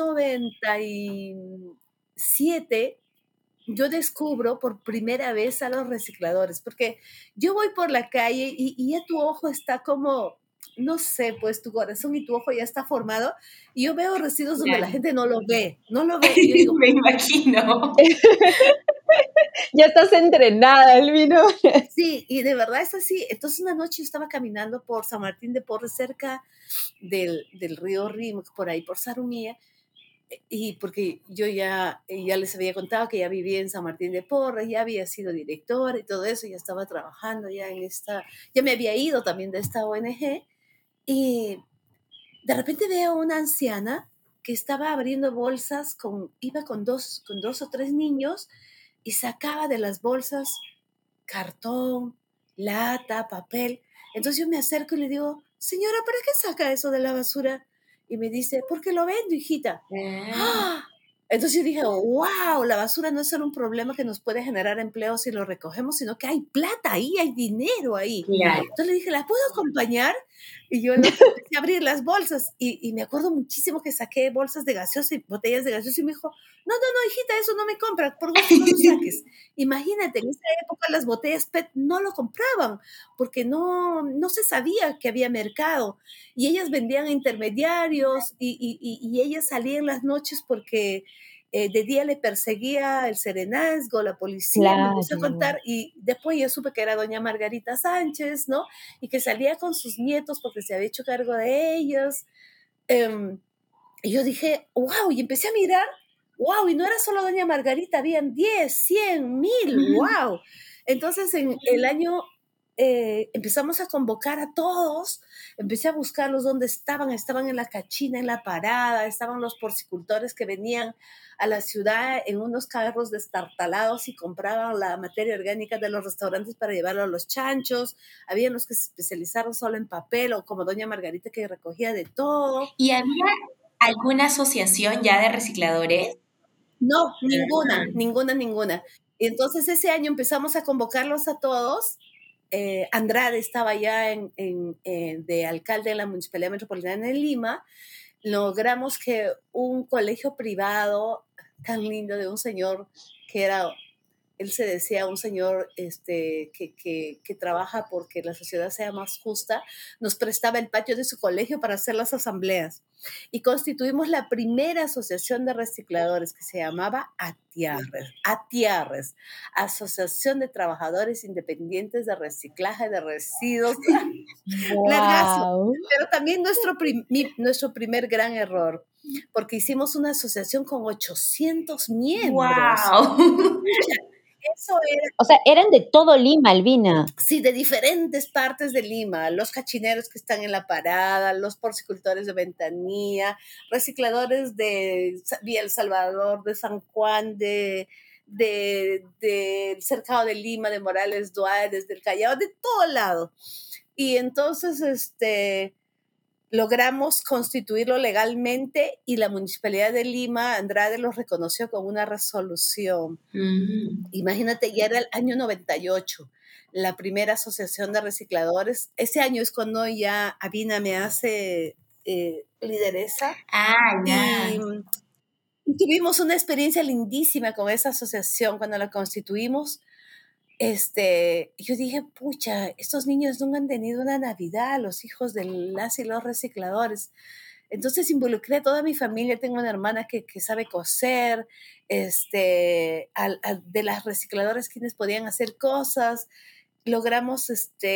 97 yo descubro por primera vez a los recicladores, porque yo voy por la calle y ya tu ojo está como, no sé, pues tu corazón y tu ojo ya está formado, y yo veo residuos donde la gente no lo ve, y yo digo, me imagino. Ya estás entrenada, Elvino. sí, y de verdad es así. Entonces una noche yo estaba caminando por San Martín de Porres, cerca del río Rímac, por ahí, por Sarumía, y porque yo ya les había contado que ya vivía en San Martín de Porres, ya había sido directora y todo eso, ya estaba trabajando ya me había ido también de esta ONG, y de repente veo una anciana que estaba abriendo bolsas, iba con dos o tres niños, y sacaba de las bolsas cartón, lata, papel. Entonces yo me acerco y le digo, señora, ¿para qué saca eso de la basura? Y me dice, porque lo vendo, hijita. ¡Ah! Entonces yo dije, wow, la basura no es solo un problema que nos puede generar empleo si lo recogemos, sino que hay plata ahí, hay dinero ahí. Claro. Entonces le dije, ¿la puedo acompañar? Y yo empecé a abrir las bolsas y me acuerdo muchísimo que saqué bolsas de gaseosa y botellas de gaseosa, y me dijo, no, hijita, eso no me compra, por gusto no lo saques. Imagínate, en esa época las botellas PET no lo compraban porque no se sabía que había mercado, y ellas vendían a intermediarios, y ellas salían las noches porque de día le perseguía el serenazgo, la policía, me empezó a contar, y después yo supe que era doña Margarita Sánchez, ¿no? Y que salía con sus nietos porque se había hecho cargo de ellos. Y yo dije, wow, y empecé a mirar, wow, y no era solo doña Margarita, habían 10, 100, 1000, wow. Entonces en el año empezamos a convocar a todos, empecé a buscarlos dónde estaban en la Cachina, en la Parada, estaban los porcicultores que venían a la ciudad en unos carros destartalados y compraban la materia orgánica de los restaurantes para llevarlo a los chanchos, había los que se especializaron solo en papel, o como doña Margarita que recogía de todo. ¿Y había alguna asociación ya de recicladores? No, ninguna. Y entonces ese año empezamos a convocarlos a todos. Andrade estaba ya de alcalde de la Municipalidad Metropolitana de Lima. Logramos que un colegio privado tan lindo de un señor que era él se decía un señor que trabaja porque la sociedad sea más justa, nos prestaba el patio de su colegio para hacer las asambleas. Y constituimos la primera asociación de recicladores que se llamaba ATIARRES, Asociación de Trabajadores Independientes de Reciclaje de Residuos. Largazo. Wow. Pero también nuestro primer gran error, porque hicimos una asociación con 800 miembros. ¡Wow! Eso era, O sea, eran de todo Lima, Albina. sí, de diferentes partes de Lima, los cachineros que están en la parada, los porcicultores de Ventanilla, recicladores de Villa El Salvador, de San Juan, del Cercado de Lima, de Morales Duárez, del Callao, de todo lado. Y entonces, logramos constituirlo legalmente y la Municipalidad de Lima, Andrade, los reconoció con una resolución. Imagínate, ya era el año 98, la primera asociación de recicladores. Ese año es cuando ya Abina me hace lideresa. Ya. Y tuvimos una experiencia lindísima con esa asociación cuando la constituimos. Yo dije, pucha, estos niños nunca han tenido una Navidad, los hijos de las y los recicladores. Entonces involucré a toda mi familia. Tengo una hermana que sabe coser, de las recicladoras quienes podían hacer cosas. Logramos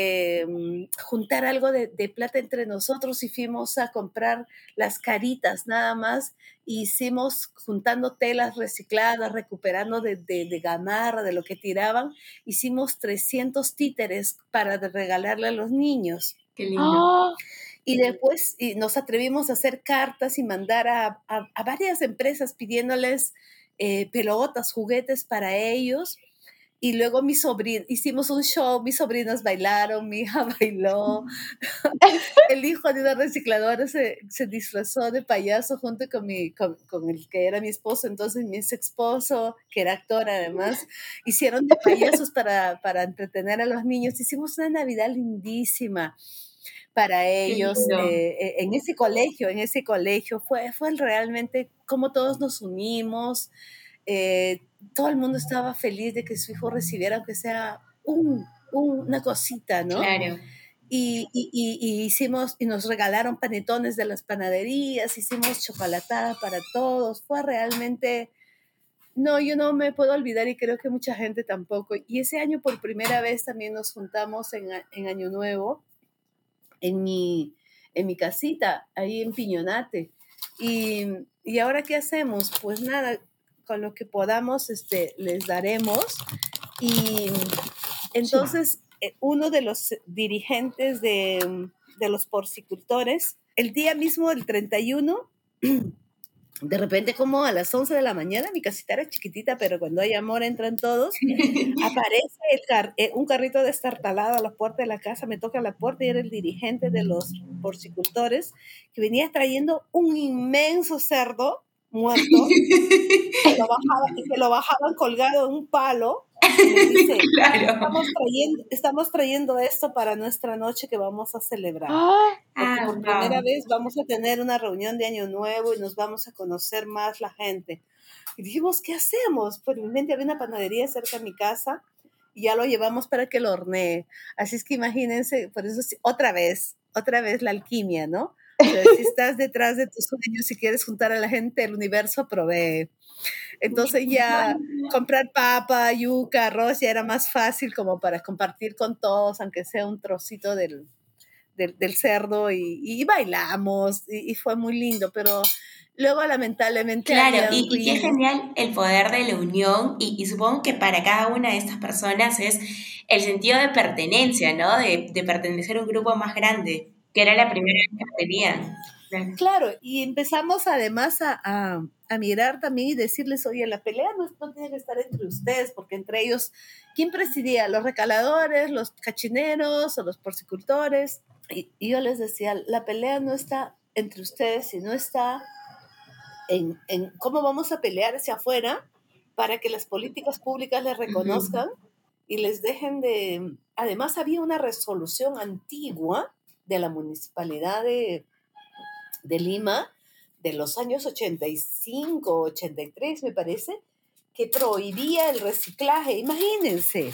juntar algo de plata entre nosotros y fuimos a comprar las caritas nada más. Hicimos juntando telas recicladas, recuperando de gamarra, de lo que tiraban. Hicimos 300 títeres para regalarle a los niños. Qué lindo. Y después nos atrevimos a hacer cartas y mandar a varias empresas pidiéndoles pelotas, juguetes para ellos. Y luego hicimos un show, mis sobrinos bailaron, mi hija bailó. El hijo de una recicladora se disfrazó de payaso junto con el que era mi esposo, entonces mi ex esposo, que era actor además. Hicieron de payasos para entretener a los niños. Hicimos una Navidad lindísima para ellos en ese colegio. Fue realmente como todos nos unimos. Todo el mundo estaba feliz de que su hijo recibiera, aunque sea una cosita, ¿no? Claro. Y hicimos, y nos regalaron panetones de las panaderías, hicimos chocolatada para todos. Fue realmente, no, yo no me puedo olvidar y creo que mucha gente tampoco. Y ese año por primera vez también nos juntamos en Año Nuevo, en mi casita, ahí en Piñonate. Y ahora, ¿qué hacemos? Pues nada, con lo que podamos les daremos. Y entonces uno de los dirigentes de los porcicultores, el día mismo del 31, de repente como a las 11 de la mañana, mi casita era chiquitita, pero cuando hay amor entran todos, aparece un carrito destartalado a la puerta de la casa, me toca la puerta y era el dirigente de los porcicultores que venía trayendo un inmenso cerdo muerto, que lo bajaban colgado en un palo. Y me dice, Claro. estamos trayendo esto para nuestra noche que vamos a celebrar. Porque por wow. primera vez vamos a tener una reunión de Año Nuevo y nos vamos a conocer más la gente. Y dijimos, ¿qué hacemos? Pues en mente había una panadería cerca de mi casa y ya lo llevamos para que lo hornee. Así es que imagínense, por eso otra vez la alquimia, ¿no? O sea, si estás detrás de tus sueños, si quieres juntar a la gente, el universo provee. Entonces ya comprar papa, yuca, arroz ya era más fácil como para compartir con todos, aunque sea un trocito del cerdo y bailamos y fue muy lindo, pero luego lamentablemente... Claro, y qué genial el poder de la unión y supongo que para cada una de estas personas es el sentido de pertenencia, ¿no? De pertenecer a un grupo más grande, que era la primera vez que lo tenían. Claro, y empezamos además a mirar también y decirles, oye, la pelea no tiene que estar entre ustedes, porque entre ellos, ¿quién presidía? ¿Los recaladores, los cachineros o los porcicultores? Y yo les decía, la pelea no está entre ustedes, sino está en cómo vamos a pelear hacia afuera para que las políticas públicas les reconozcan y les dejen de... Además, había una resolución antigua de la Municipalidad de Lima, de los años 85, 83, me parece, que prohibía el reciclaje, imagínense.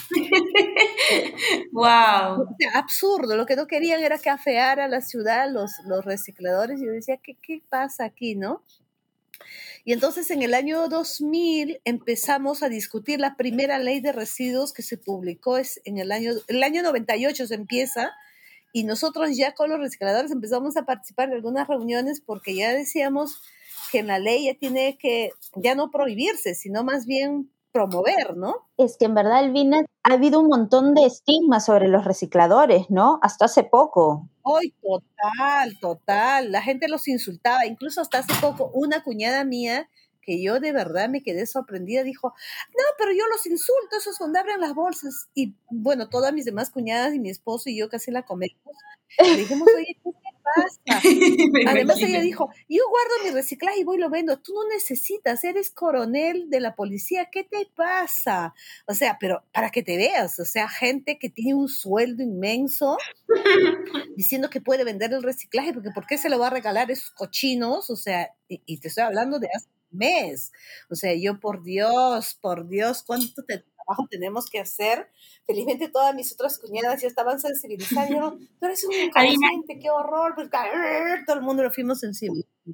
¡Wow! O sea, absurdo, lo que no querían era que afeara la ciudad los recicladores, y yo decía, ¿qué pasa aquí, no? Y entonces en el año 2000 empezamos a discutir la primera ley de residuos que se publicó en el año 98 se empieza, y nosotros ya con los recicladores empezamos a participar en algunas reuniones porque ya decíamos que en la ley ya tiene que ya no prohibirse, sino más bien promover, ¿no? Es que en verdad, Elvina, ha habido un montón de estigmas sobre los recicladores, ¿no? Hasta hace poco. Hoy, total. La gente los insultaba. Incluso hasta hace poco, una cuñada mía, que yo de verdad me quedé sorprendida, dijo, no, pero yo los insulto, esos cuando abren las bolsas. Y bueno, todas mis demás cuñadas y mi esposo y yo casi la comemos. Le dijimos, oye, ¿qué te pasa? Además ella dijo, yo guardo mi reciclaje y voy y lo vendo. Tú no necesitas, eres coronel de la policía, ¿qué te pasa? O sea, pero para que te veas, o sea, gente que tiene un sueldo inmenso diciendo que puede vender el reciclaje, porque ¿por qué se lo va a regalar a esos cochinos? O sea, y te estoy hablando de hace un mes. O sea, yo por Dios, ¿cuánto trabajo tenemos que hacer? Felizmente todas mis otras cuñadas ya estaban sensibilizadas. Dijeron, tú eres un inconsciente, qué horror. Pues, todo el mundo lo fuimos encima.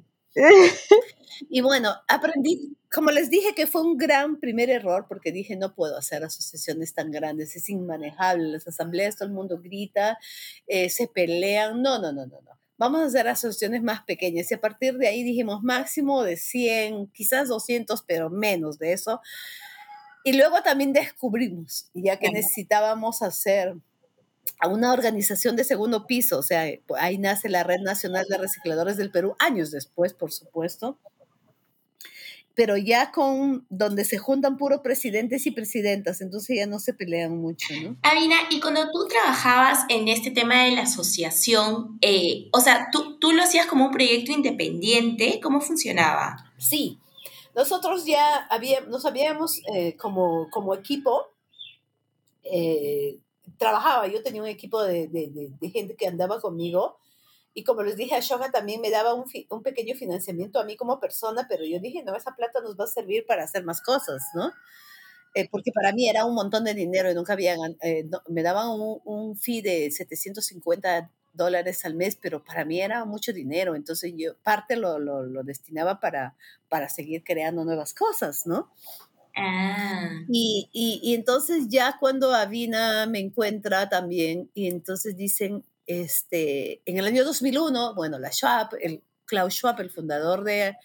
Y bueno, aprendí, como les dije, que fue un gran primer error, porque dije, no puedo hacer asociaciones tan grandes, es inmanejable, las asambleas, todo el mundo grita, se pelean, no. Vamos a hacer asociaciones más pequeñas. Y a partir de ahí dijimos máximo de 100, quizás 200, pero menos de eso. Y luego también descubrimos, ya que necesitábamos hacer a una organización de segundo piso, o sea, ahí nace la Red Nacional de Recicladores del Perú, años después, por supuesto, pero ya con donde se juntan puros presidentes y presidentas, entonces ya no se pelean mucho, ¿no? Avina, y cuando tú trabajabas en este tema de la asociación, o sea, ¿tú lo hacías como un proyecto independiente? ¿Cómo funcionaba? Sí, nosotros ya nos habíamos como equipo, eh, trabajaba, yo tenía un equipo de gente que andaba conmigo, y como les dije, Ashoka también me daba un pequeño financiamiento a mí como persona, pero yo dije, no, esa plata nos va a servir para hacer más cosas, ¿no? Porque para mí era un montón de dinero y nunca habían, me daban un fee de $750 al mes, pero para mí era mucho dinero, entonces yo parte lo destinaba para seguir creando nuevas cosas, ¿no? Ah. Y entonces ya cuando Avina me encuentra también, y entonces dicen, en el año 2001, bueno, el Klaus Schwab, el fundador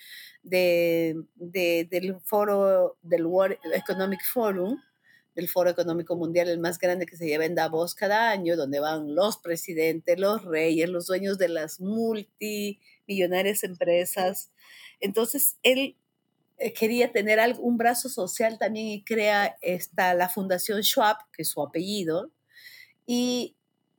del foro, del World Economic Forum, del Foro Económico Mundial, el más grande que se lleva en Davos cada año, donde van los presidentes, los reyes, los dueños de las multimillonarias empresas. Entonces, él quería tener un brazo social también y crea la Fundación Schwab, que es su apellido, y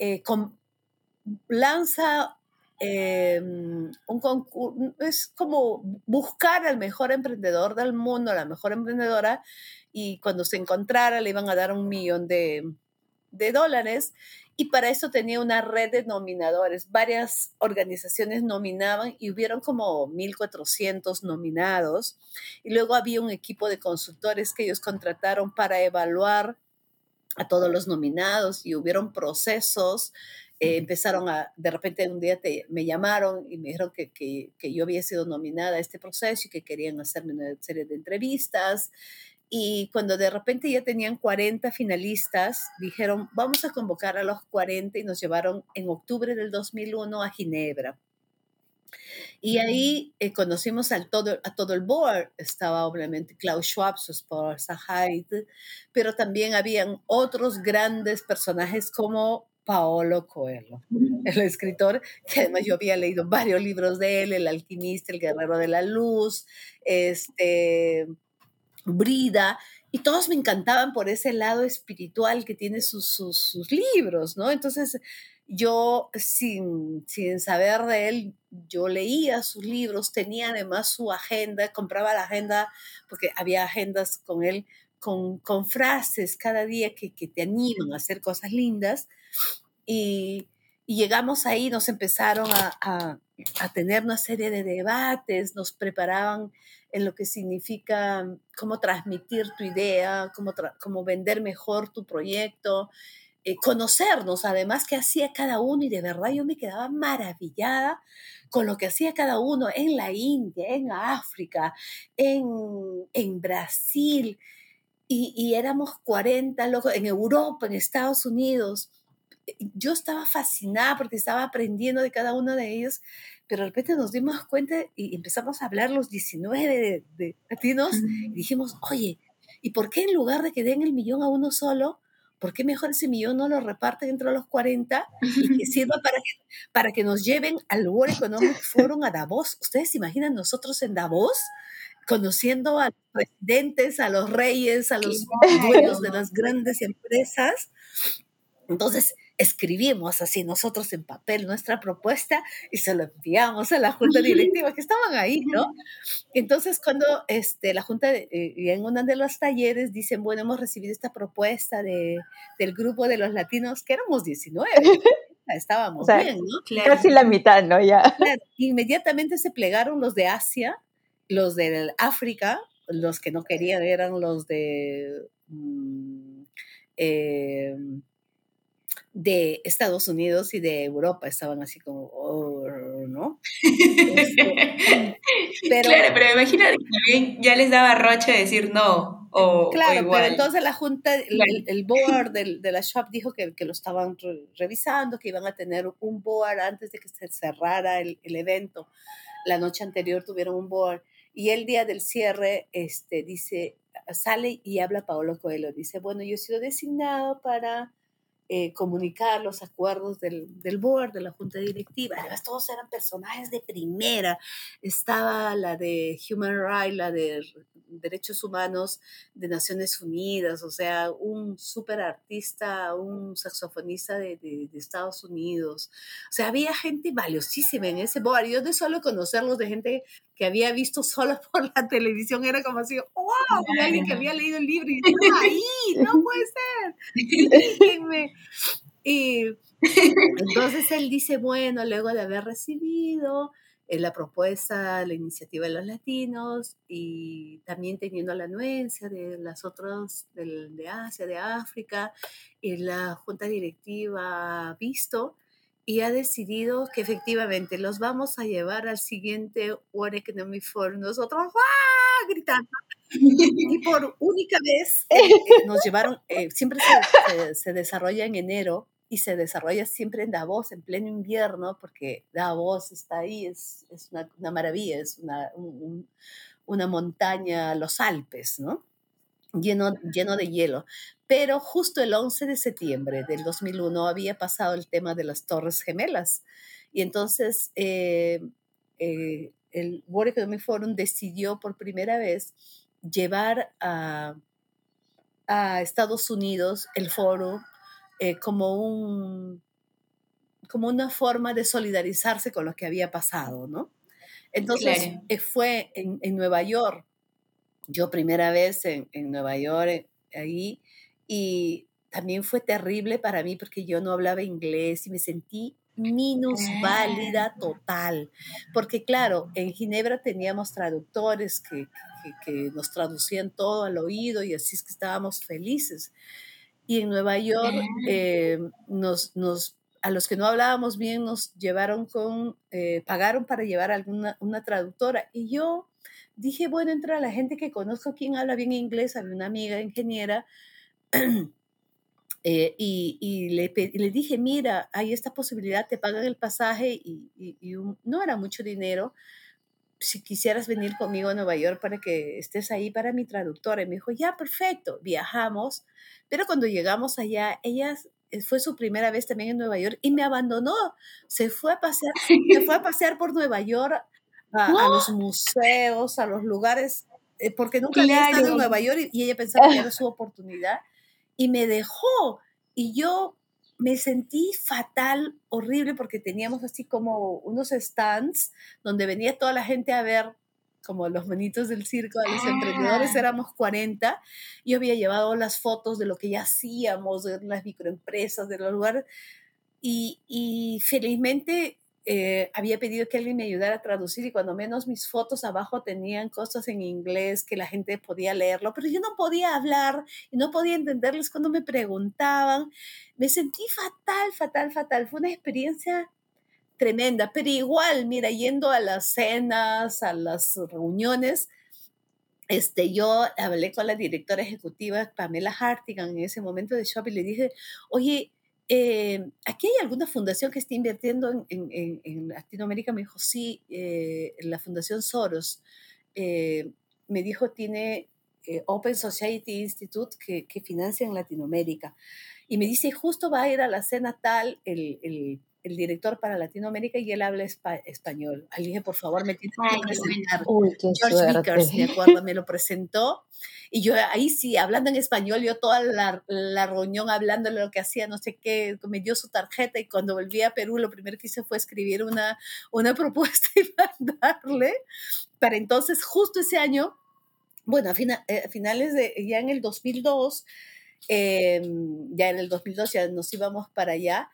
lanza un concurso, es como buscar al mejor emprendedor del mundo, la mejor emprendedora, y cuando se encontrara le iban a dar $1 millón de dólares, y para eso tenía una red de nominadores. Varias organizaciones nominaban y hubieron como 1,400 nominados, y luego había un equipo de consultores que ellos contrataron para evaluar a todos los nominados, y hubieron procesos. Empezaron de repente un día me llamaron y me dijeron que yo había sido nominada a este proceso y que querían hacerme una serie de entrevistas. Y cuando de repente ya tenían 40 finalistas, dijeron, vamos a convocar a los 40, y nos llevaron en octubre del 2001 a Ginebra. Y ahí conocimos a todo el board. Estaba obviamente Klaus Schwab, su esposa Heidi, pero también habían otros grandes personajes como Paolo Coelho, el escritor, que además yo había leído varios libros de él, El alquimista, El guerrero de la luz, Brida, y todos me encantaban por ese lado espiritual que tiene sus libros, ¿no? Entonces yo, sin saber de él, yo leía sus libros, tenía además su agenda, compraba la agenda, porque había agendas con él, con frases cada día que te animan a hacer cosas lindas, y llegamos ahí, nos empezaron a tener una serie de debates, nos preparaban en lo que significa cómo transmitir tu idea, cómo vender mejor tu proyecto, conocernos, además, qué hacía cada uno, y de verdad yo me quedaba maravillada con lo que hacía cada uno en la India, en África, en Brasil, y éramos 40 locos, en Europa, en Estados Unidos. Yo estaba fascinada porque estaba aprendiendo de cada uno de ellos, pero de repente nos dimos cuenta y empezamos a hablar los 19 de latinos, y dijimos, oye, ¿y por qué en lugar de que den el millón a uno solo, por qué mejor ese millón no lo reparten entre los 40 y que sirva para que nos lleven al World Economic Forum a Davos? ¿Ustedes se imaginan nosotros en Davos, conociendo a los presidentes, a los reyes, a los dueños de las grandes empresas? Entonces escribimos así nosotros en papel nuestra propuesta y se lo enviamos a la junta directiva, que estaban ahí, ¿no? Entonces cuando la junta, en uno de los talleres, dicen, bueno, hemos recibido esta propuesta del grupo de los latinos, que éramos 19, estábamos bien, ¿no? Claro. Casi la mitad, ¿no? Ya. Claro, inmediatamente se plegaron los de Asia, los de África, los que no querían eran los de Estados Unidos y de Europa, estaban así como, oh, ¿no? Claro, pero imagina que también ya les daba roche decir no, claro, o igual. pero entonces la junta, el board de la shop dijo que lo estaban revisando, que iban a tener un board antes de que se cerrara el evento. La noche anterior tuvieron un board, y el día del cierre dice, sale y habla Paolo Coelho, dice, bueno, yo he sido designado para comunicar los acuerdos del board, de la junta directiva. Además, todos eran personajes de primera. Estaba la de Human Rights, la de Derechos Humanos de Naciones Unidas, o sea, un súper artista, un saxofonista de Estados Unidos. O sea, había gente valiosísima en ese board. Yo de solo conocerlos, de gente que había visto solo por la televisión, era como así, wow, de alguien que había leído el libro y estaba ahí, no puede ser, explíquenme. Y entonces él dice, bueno, luego de haber recibido la propuesta, la iniciativa de los latinos, y también teniendo la anuencia de las otras de Asia, de África, y la junta directiva ha visto y ha decidido que efectivamente los vamos a llevar al siguiente World Economic Forum. Nosotros ¡ah! Gritando. Y por única vez nos llevaron, siempre se desarrolla en enero, y se desarrolla siempre en Davos, en pleno invierno, porque Davos está ahí, es una maravilla, es una montaña, los Alpes, ¿no? Lleno de hielo. Pero justo el 11 de septiembre del 2001 había pasado el tema de las Torres Gemelas. Y entonces el World Economic Forum decidió por primera vez llevar a Estados Unidos el foro como una forma de solidarizarse con lo que había pasado, ¿no? Entonces fue en Nueva York. Yo primera vez en Nueva York, ahí, y también fue terrible para mí porque yo no hablaba inglés y me sentí minusválida total, porque claro, en Ginebra teníamos traductores que nos traducían todo al oído, y así es que estábamos felices. Y en Nueva York a los que no hablábamos bien nos llevaron pagaron para llevar una traductora, y yo dije, bueno, entre la gente que conozco, quien habla bien inglés, había una amiga ingeniera, y le dije, mira, hay esta posibilidad, te pagan el pasaje y no era mucho dinero, si quisieras venir conmigo a Nueva York para que estés ahí para mi traductora. Y me dijo, ya, perfecto, viajamos, pero cuando llegamos allá, fue su primera vez también en Nueva York y me abandonó, se fue a pasear por Nueva York, a los museos, a los lugares, porque nunca había estado en Nueva York, y ella pensaba que era su oportunidad, y me dejó, y yo me sentí fatal, horrible, porque teníamos así como unos stands donde venía toda la gente a ver como los monitos del circo, a los emprendedores, éramos 40, yo había llevado las fotos de lo que ya hacíamos, de las microempresas, de los lugares, y felizmente había pedido que alguien me ayudara a traducir y cuando menos mis fotos abajo tenían cosas en inglés que la gente podía leerlo, pero yo no podía hablar y no podía entenderles cuando me preguntaban. Me sentí fatal, fatal, fatal. Fue una experiencia tremenda, pero igual, mira, yendo a las cenas, a las reuniones, yo hablé con la directora ejecutiva, Pamela Hartigan, en ese momento de Shop y le dije, oye, ¿aquí hay alguna fundación que esté invirtiendo en Latinoamérica? Me dijo, sí, la Fundación Soros. Me dijo, tiene Open Society Institute que financia en Latinoamérica. Y me dice, justo va a ir a la cena tal el director para Latinoamérica y él habla español. Le dije, por favor, me tienes que presentar. Uy, qué George suerte. Vickers, me acuerdo, me lo presentó. Y yo ahí sí, hablando en español, yo toda la reunión hablándole lo que hacía, no sé qué, me dio su tarjeta y cuando volví a Perú lo primero que hice fue escribir una propuesta y mandarle. Para entonces, justo ese año, bueno, a finales ya en el 2002, ya en el 2002 ya nos íbamos para allá,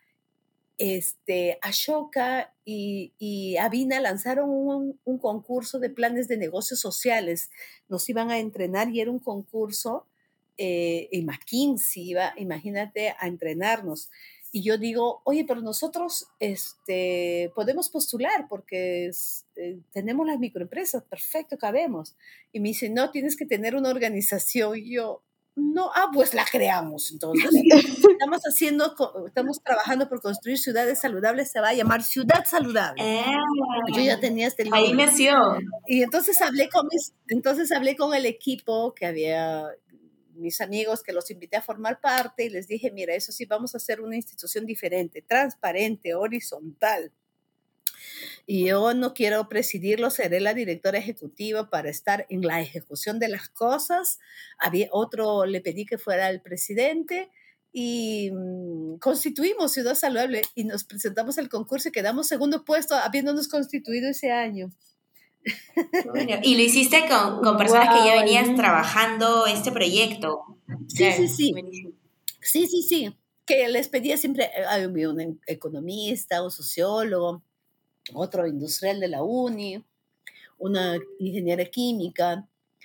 Ashoka y Avina lanzaron un concurso de planes de negocios sociales. Nos iban a entrenar y era un concurso, y McKinsey iba, imagínate, a entrenarnos. Y yo digo, oye, pero nosotros podemos postular porque tenemos las microempresas, perfecto, cabemos. Y me dice, no, tienes que tener una organización. Y yo, no, pues la creamos entonces. Estamos trabajando por construir ciudades saludables, se va a llamar Ciudad Saludable. Yo ya tenía este nombre. Ahí nació. Y entonces hablé con el equipo que había, mis amigos que los invité a formar parte y les dije, mira, eso sí, vamos a hacer una institución diferente, transparente, horizontal. Y yo no quiero presidirlo, seré la directora ejecutiva para estar en la ejecución de las cosas. Le pedí que fuera el presidente y constituimos Ciudad Saludable y nos presentamos al concurso y quedamos segundo puesto habiéndonos constituido ese año. Bueno, y lo hiciste con personas que ya venías trabajando este proyecto. Sí, claro, sí. Que les pedía siempre, había un economista, un sociólogo, otro industrial de la uni, una ingeniera química.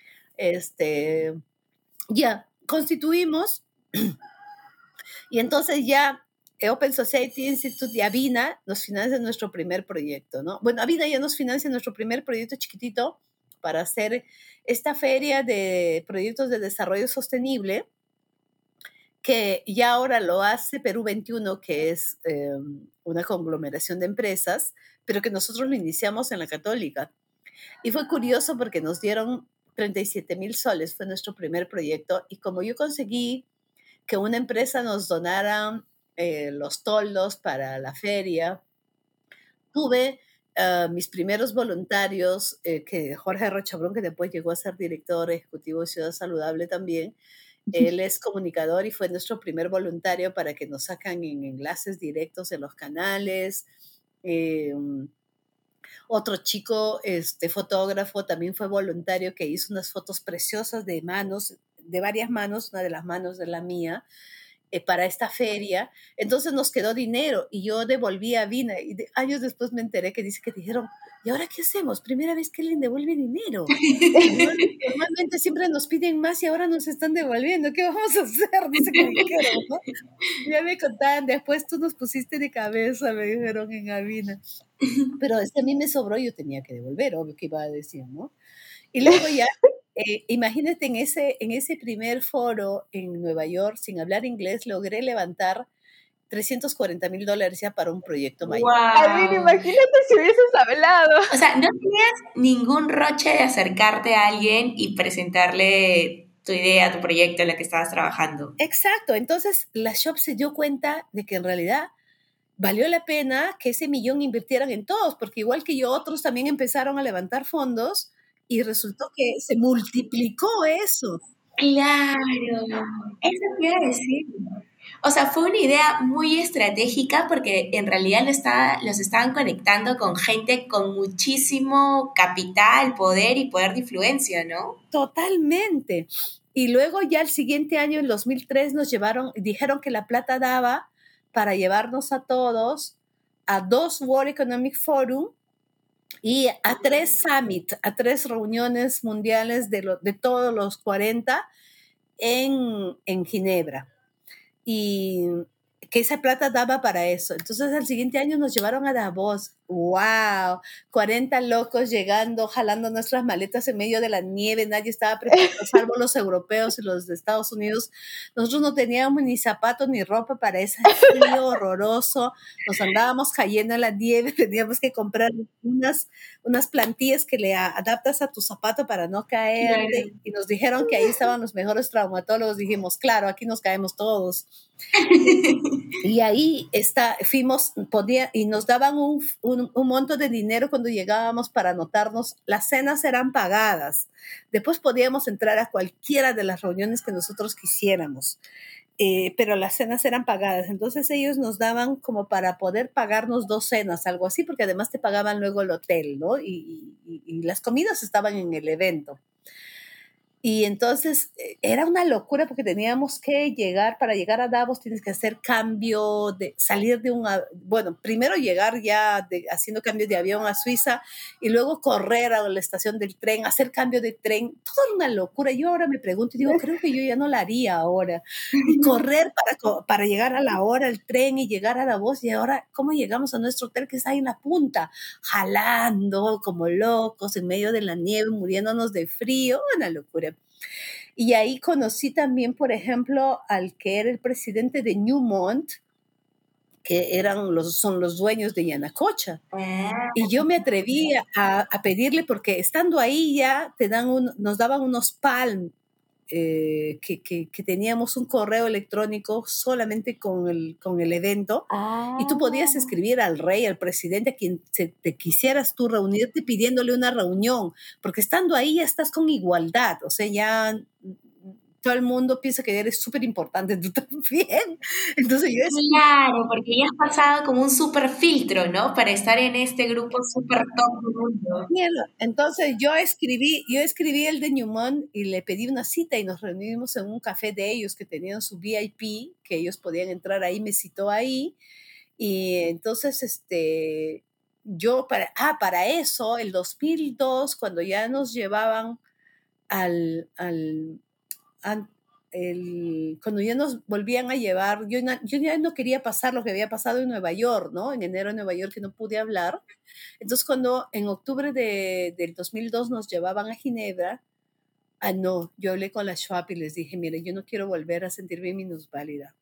Ya constituimos y entonces ya Open Society Institute y Avina nos financia nuestro primer proyecto, ¿no? Bueno, Avina ya nos financia nuestro primer proyecto chiquitito para hacer esta feria de proyectos de desarrollo sostenible, que ya ahora lo hace Perú 21, que es una conglomeración de empresas, pero que nosotros lo iniciamos en la Católica. Y fue curioso porque nos dieron 37,000 soles, fue nuestro primer proyecto, y como yo conseguí que una empresa nos donara los toldos para la feria, tuve mis primeros voluntarios, que Jorge Rochabrón, que después llegó a ser director ejecutivo de Ciudad Saludable también. Él es comunicador y fue nuestro primer voluntario para que nos sacan en enlaces directos en los canales. Otro chico, fotógrafo, también fue voluntario que hizo unas fotos preciosas de manos, de varias manos, una de las manos de la mía, para esta feria. Entonces nos quedó dinero y yo devolví a Vina y años después me enteré que dijeron, ¿y ahora qué hacemos? Primera vez que alguien devuelve dinero. Normalmente siempre nos piden más y ahora nos están devolviendo. ¿Qué vamos a hacer? Dice que dijeron, ¿no? Ya me contaban, después tú nos pusiste de cabeza, me dijeron en Avina. Pero a mí me sobró y yo tenía que devolver, obvio que iba a decir, ¿no? Y luego ya, imagínate, en ese primer foro en Nueva York, sin hablar inglés, logré levantar $340,000 ya para un proyecto mayor. Wow. A ver, imagínate si hubieses hablado. O sea, no tenías ningún roche de acercarte a alguien y presentarle tu idea, tu proyecto en el que estabas trabajando. Exacto. Entonces, la Shop se dio cuenta de que en realidad valió la pena que ese millón invirtieran en todos, porque igual que yo, otros también empezaron a levantar fondos y resultó que se multiplicó eso. Claro, eso te iba a decir. O sea, fue una idea muy estratégica porque en realidad los estaban conectando con gente con muchísimo capital, poder y poder de influencia, ¿no? Totalmente. Y luego ya el siguiente año, en 2003, dijeron que la plata daba para llevarnos a todos a 2 World Economic Forum y a 3 summit, a 3 reuniones mundiales de todos los 40 en Ginebra. Y que esa plata daba para eso. Entonces, al siguiente año nos llevaron a Davos. ¡Wow! 40 locos llegando, jalando nuestras maletas en medio de la nieve. Nadie estaba preparado, salvo los europeos y los de Estados Unidos. Nosotros no teníamos ni zapatos ni ropa para ese frío horroroso. Nos andábamos cayendo en la nieve. Teníamos que comprar unas plantillas que le adaptas a tu zapato para no caerte. Claro. Y nos dijeron que ahí estaban los mejores traumatólogos. Dijimos, claro, aquí nos caemos todos. Y ahí fuimos, y nos daban un monto de dinero cuando llegábamos para anotarnos. Las cenas eran pagadas. Después podíamos entrar a cualquiera de las reuniones que nosotros quisiéramos, pero las cenas eran pagadas. Entonces ellos nos daban como para poder pagarnos 2 cenas, algo así, porque además te pagaban luego el hotel, ¿no? Y las comidas estaban en el evento. Y entonces era una locura porque teníamos que para llegar a Davos tienes que hacer cambio, salir de primero llegar ya haciendo cambio de avión a Suiza y luego correr a la estación del tren, hacer cambio de tren, todo era una locura. Yo ahora me pregunto y digo, creo que yo ya no la haría ahora. Y correr para llegar a la hora el tren y llegar a Davos, y ahora, ¿cómo llegamos a nuestro hotel que está ahí en la punta? Jalando como locos en medio de la nieve, muriéndonos de frío, una locura. Y ahí conocí también, por ejemplo, al que era el presidente de Newmont, que son los dueños de Yanacocha. Y yo me atreví a pedirle, porque estando ahí ya nos daban unos palm, que teníamos un correo electrónico solamente con el evento, y tú podías escribir al rey, al presidente, a quien te quisieras tú reunirte, pidiéndole una reunión, porque estando ahí ya estás con igualdad, o sea, ya todo el mundo piensa que eres súper importante, tú también. Entonces Claro, porque ya has pasado como un súper filtro, ¿no? Para estar en este grupo súper top del mundo. Entonces yo escribí el de Newmont y le pedí una cita y nos reunimos en un café de ellos que tenían su VIP, que ellos podían entrar ahí, me citó ahí. Y entonces yo para eso, el 2002, cuando ya nos llevaban cuando ya nos volvían a llevar, yo ya no quería pasar lo que había pasado en Nueva York, ¿no? En enero en Nueva York, que no pude hablar. Entonces, cuando en octubre del 2002 nos llevaban a Ginebra, no, yo hablé con la Schwab y les dije, mire, yo no quiero volver a sentirme minusválida.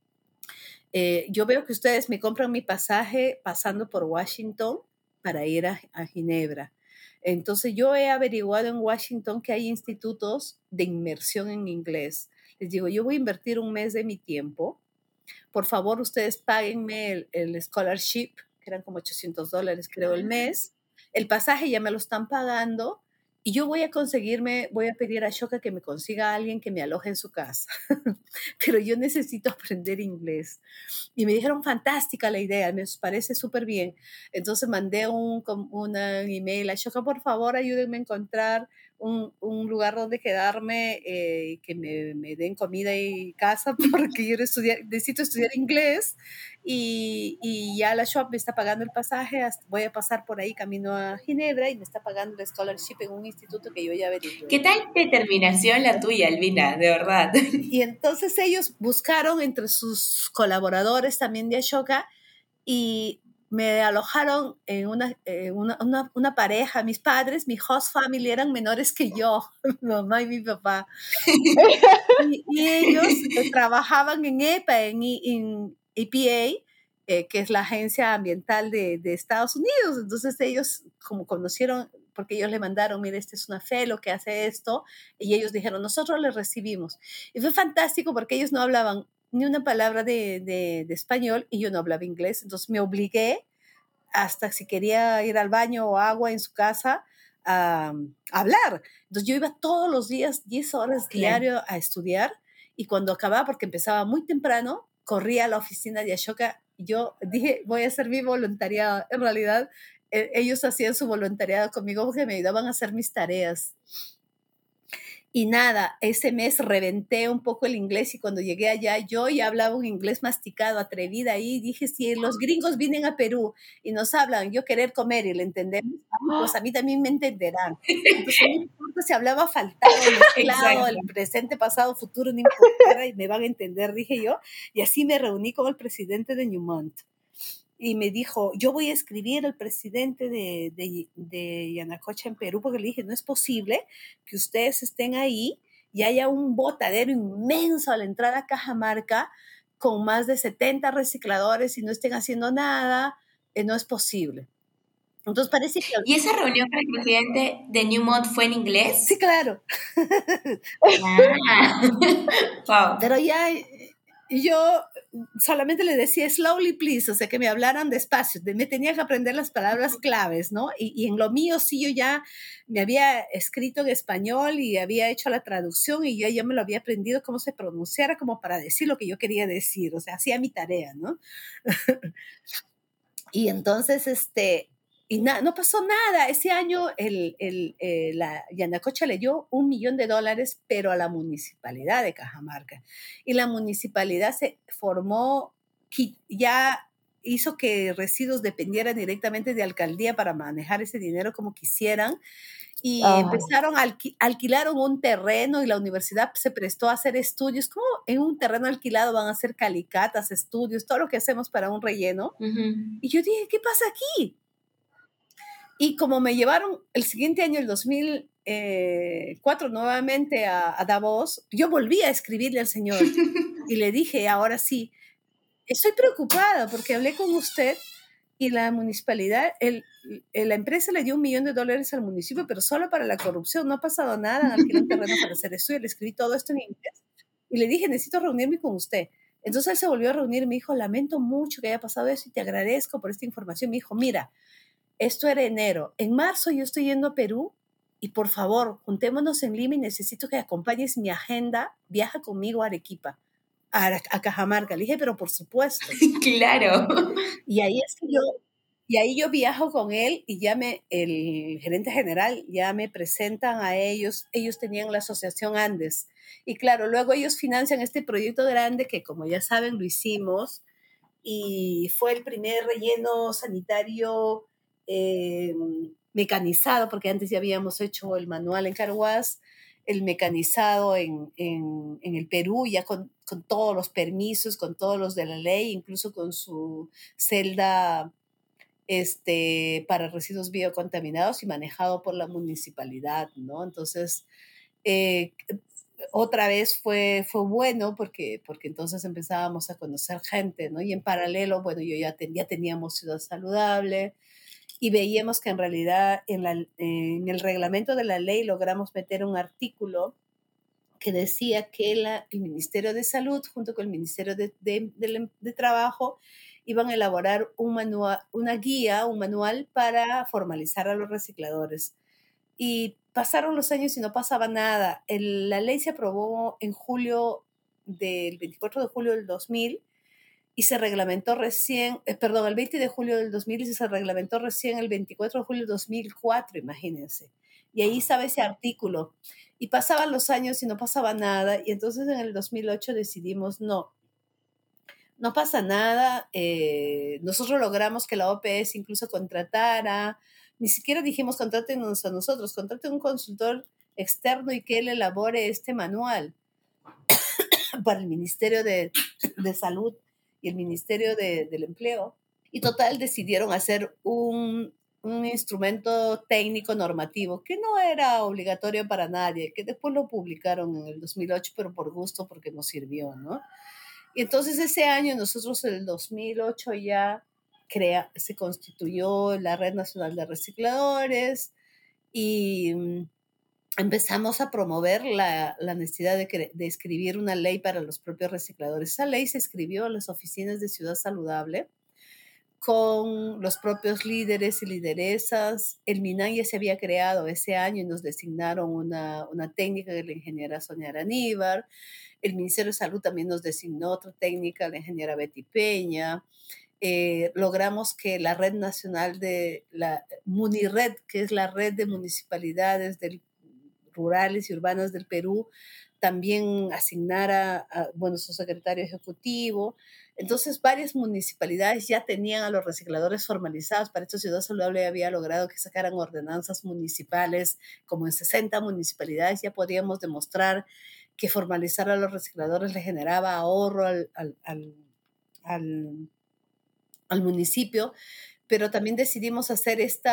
Yo veo que ustedes me compran mi pasaje pasando por Washington para ir a Ginebra. Entonces yo he averiguado en Washington que hay institutos de inmersión en inglés. Les digo, yo voy a invertir un mes de mi tiempo. Por favor, ustedes páguenme el scholarship, que eran como $800, creo, el mes. El pasaje ya me lo están pagando. Y yo voy a pedir a Ashoka que me consiga a alguien que me aloje en su casa. Pero yo necesito aprender inglés. Y me dijeron, fantástica la idea, me parece súper bien. Entonces mandé un email a Ashoka, por favor, ayúdenme a encontrar un lugar donde quedarme, que me den comida y casa, porque yo necesito estudiar inglés. Y ya la Schwab me está pagando el pasaje, voy a pasar por ahí camino a Ginebra y me está pagando el scholarship en un instituto que yo ya averigué. ¿Qué tal determinación la tuya, Albina? De verdad. Y entonces ellos buscaron entre sus colaboradores también de Ashoka y me alojaron en una pareja. Mis padres, mi host family, eran menores que yo, mi mamá y mi papá. y ellos trabajaban en EPA, en EPA, que es la agencia ambiental de Estados Unidos. Entonces ellos, como conocieron, porque ellos le mandaron, mire, este es una fellow que hace esto, y ellos dijeron, nosotros le recibimos. Y fue fantástico porque ellos no hablaban ni una palabra de español y yo no hablaba inglés. Entonces me obligué, hasta si quería ir al baño o agua en su casa, a hablar. Entonces yo iba todos los días, 10 horas diario a estudiar, y cuando acababa, porque empezaba muy temprano, corría a la oficina de Ashoka. Yo dije, voy a hacer mi voluntariado. En realidad, ellos hacían su voluntariado conmigo porque me ayudaban a hacer mis tareas. Y nada, ese mes reventé un poco el inglés y cuando llegué allá yo ya hablaba un inglés masticado, atrevida ahí. Dije, si los gringos vienen a Perú y nos hablan, yo querer comer y le entendemos, pues a mí también me entenderán. Entonces no importa si hablaba faltado, mezclado, el presente, pasado, futuro, no importa, y me van a entender, dije yo. Y así me reuní con el presidente de Newmont. Y me dijo, yo voy a escribir al presidente de Yanacocha en Perú, porque le dije, no es posible que ustedes estén ahí y haya un botadero inmenso a la entrada a Cajamarca con más de 70 recicladores y no estén haciendo nada, no es posible. Entonces parece que... ¿Y esa reunión con el presidente de Newmont fue en inglés? Sí, claro. Wow. Pero ya yo solamente le decía slowly please, o sea, que me hablaran despacio, me tenía que aprender las palabras claves, ¿no? Y en lo mío sí yo ya me había escrito en español y había hecho la traducción y yo ya me lo había aprendido cómo se pronunciara como para decir lo que yo quería decir, o sea, hacía mi tarea, ¿no? Y entonces, y no pasó nada. Ese año la Yanacocha le dio $1 millón, pero a la municipalidad de Cajamarca. Y la municipalidad se formó, ya hizo que residuos dependieran directamente de alcaldía para manejar ese dinero como quisieran. Y empezaron alquilaron un terreno y la universidad se prestó a hacer estudios. ¿Cómo en un terreno alquilado van a hacer calicatas, estudios, todo lo que hacemos para un relleno? Uh-huh. Y yo dije, ¿qué pasa aquí? Y como me llevaron el siguiente año, el 2004, nuevamente a Davos, yo volví a escribirle al señor y le dije, ahora sí, estoy preocupada porque hablé con usted y la municipalidad, la empresa le dio $1 millón al municipio, pero solo para la corrupción, no ha pasado nada, han alquilado un terreno para hacer estudio, le escribí todo esto en inglés y le dije, necesito reunirme con usted. Entonces él se volvió a reunir y me dijo, lamento mucho que haya pasado eso y te agradezco por esta información. Me dijo, mira, esto era enero, en marzo yo estoy yendo a Perú y por favor, juntémonos en Lima y necesito que acompañes mi agenda, viaja conmigo a Arequipa. A Cajamarca. Le dije, pero por supuesto. Claro. Y ahí yo viajo con él y el gerente general ya me presentan a ellos. Ellos tenían la Asociación Andes. Y claro, luego ellos financian este proyecto grande que, como ya saben, lo hicimos. Y fue el primer relleno sanitario mecanizado, porque antes ya habíamos hecho el manual en Carhuaz, el mecanizado en el Perú, ya con todos los permisos, con todos los de la ley, incluso con su celda para residuos biocontaminados y manejado por la municipalidad, ¿no? Entonces, otra vez fue bueno porque entonces empezábamos a conocer gente, ¿no? Y en paralelo, bueno, yo ya teníamos Ciudad Saludable, y veíamos que en realidad en el reglamento de la ley logramos meter un artículo que decía que el Ministerio de Salud junto con el Ministerio de Trabajo iban a elaborar un manual para formalizar a los recicladores. Y pasaron los años y no pasaba nada. La ley se aprobó en el 24 de julio del 2000, y se reglamentó recién, el 20 de julio del 2000 y se reglamentó recién el 24 de julio del 2004, imagínense. Y ahí estaba ese artículo. Y pasaban los años y no pasaba nada. Y entonces en el 2008 decidimos, no pasa nada. Nosotros logramos que la OPS incluso contratara, ni siquiera dijimos contrátenos a nosotros, contraten un consultor externo y que él elabore este manual para el Ministerio de Salud y el Ministerio del Empleo. Y total decidieron hacer un instrumento técnico normativo que no era obligatorio para nadie, que después lo publicaron en el 2008, pero por gusto, porque nos sirvió, ¿no? Y entonces ese año nosotros, en el 2008, ya se constituyó la Red Nacional de Recicladores y empezamos a promover la necesidad de escribir una ley para los propios recicladores. Esa ley se escribió en las oficinas de Ciudad Saludable con los propios líderes y lideresas. El MINAN ya se había creado ese año y nos designaron una técnica de la ingeniera Sonia Araníbar. El Ministerio de Salud también nos designó otra técnica, la ingeniera Betty Peña. Logramos que la red nacional de la MuniRed, que es la red de municipalidades del rurales y urbanas del Perú también asignara su secretario ejecutivo. Entonces, varias municipalidades ya tenían a los recicladores formalizados. Para esto, Ciudad Saludable había logrado que sacaran ordenanzas municipales, como en 60 municipalidades ya podíamos demostrar que formalizar a los recicladores le generaba ahorro al municipio, pero también decidimos hacer ese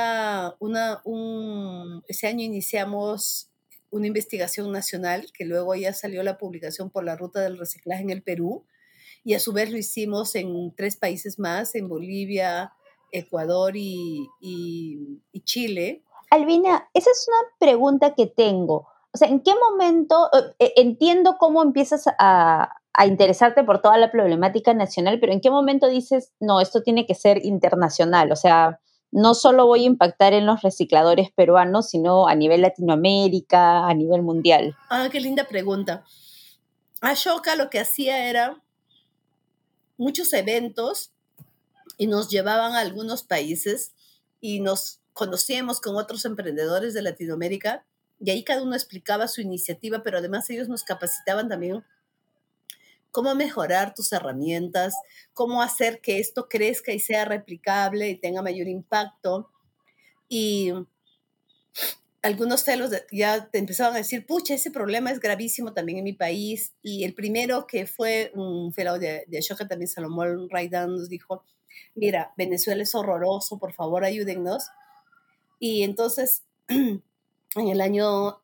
año iniciamos una investigación nacional, que luego ya salió la publicación por la ruta del reciclaje en el Perú, y a su vez lo hicimos en 3 países más, en Bolivia, Ecuador y Chile. Albina, esa es una pregunta que tengo. O sea, ¿en qué momento, entiendo cómo empiezas a interesarte por toda la problemática nacional, pero en qué momento dices, no, esto tiene que ser internacional? O sea, no solo voy a impactar en los recicladores peruanos, sino a nivel Latinoamérica, a nivel mundial. Qué linda pregunta. Ashoka lo que hacía era muchos eventos y nos llevaban a algunos países y nos conocíamos con otros emprendedores de Latinoamérica y ahí cada uno explicaba su iniciativa, pero además ellos nos capacitaban también cómo mejorar tus herramientas, cómo hacer que esto crezca y sea replicable y tenga mayor impacto. Y algunos fellows ya te empezaban a decir, pucha, ese problema es gravísimo también en mi país. Y el primero, que fue un fellow de Ashoka, también Salomón Raidan, nos dijo, mira, Venezuela es horroroso, por favor ayúdennos. Y entonces, en el año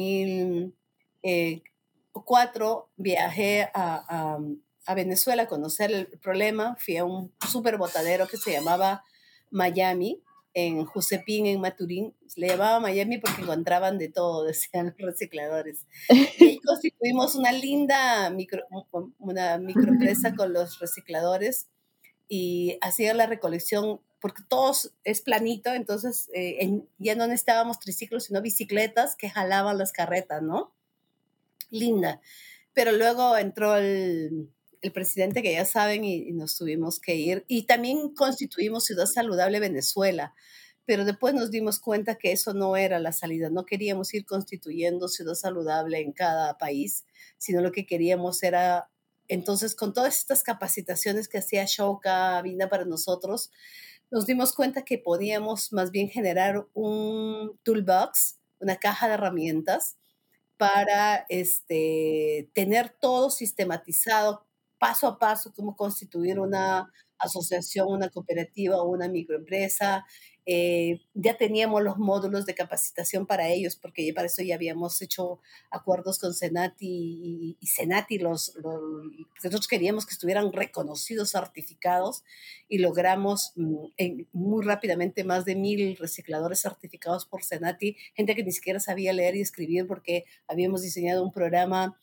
2004, viajé a Venezuela a conocer el problema. Fui a un súper botadero que se llamaba Miami, en Josepín, en Maturín. Le llamaba Miami porque encontraban de todo, decían los recicladores. Y ahí constituimos una linda microempresa con los recicladores y hacían la recolección, porque todo es planito, entonces ya no necesitábamos triciclos, sino bicicletas que jalaban las carretas, ¿no? Linda. Pero luego entró el presidente, que ya saben, y nos tuvimos que ir. Y también constituimos Ciudad Saludable Venezuela, pero después nos dimos cuenta que eso no era la salida. No queríamos ir constituyendo Ciudad Saludable en cada país, sino lo que queríamos era, entonces, con todas estas capacitaciones que hacía Ashoka, Vina para nosotros, nos dimos cuenta que podíamos más bien generar un toolbox, una caja de herramientas, para tener todo sistematizado, paso a paso, cómo constituir una asociación, una cooperativa o una microempresa. Ya teníamos los módulos de capacitación para ellos, porque para eso ya habíamos hecho acuerdos con Senati y Senati, nosotros queríamos que estuvieran reconocidos, certificados, y logramos muy rápidamente más de 1,000 recicladores certificados por Senati, gente que ni siquiera sabía leer y escribir porque habíamos diseñado un programa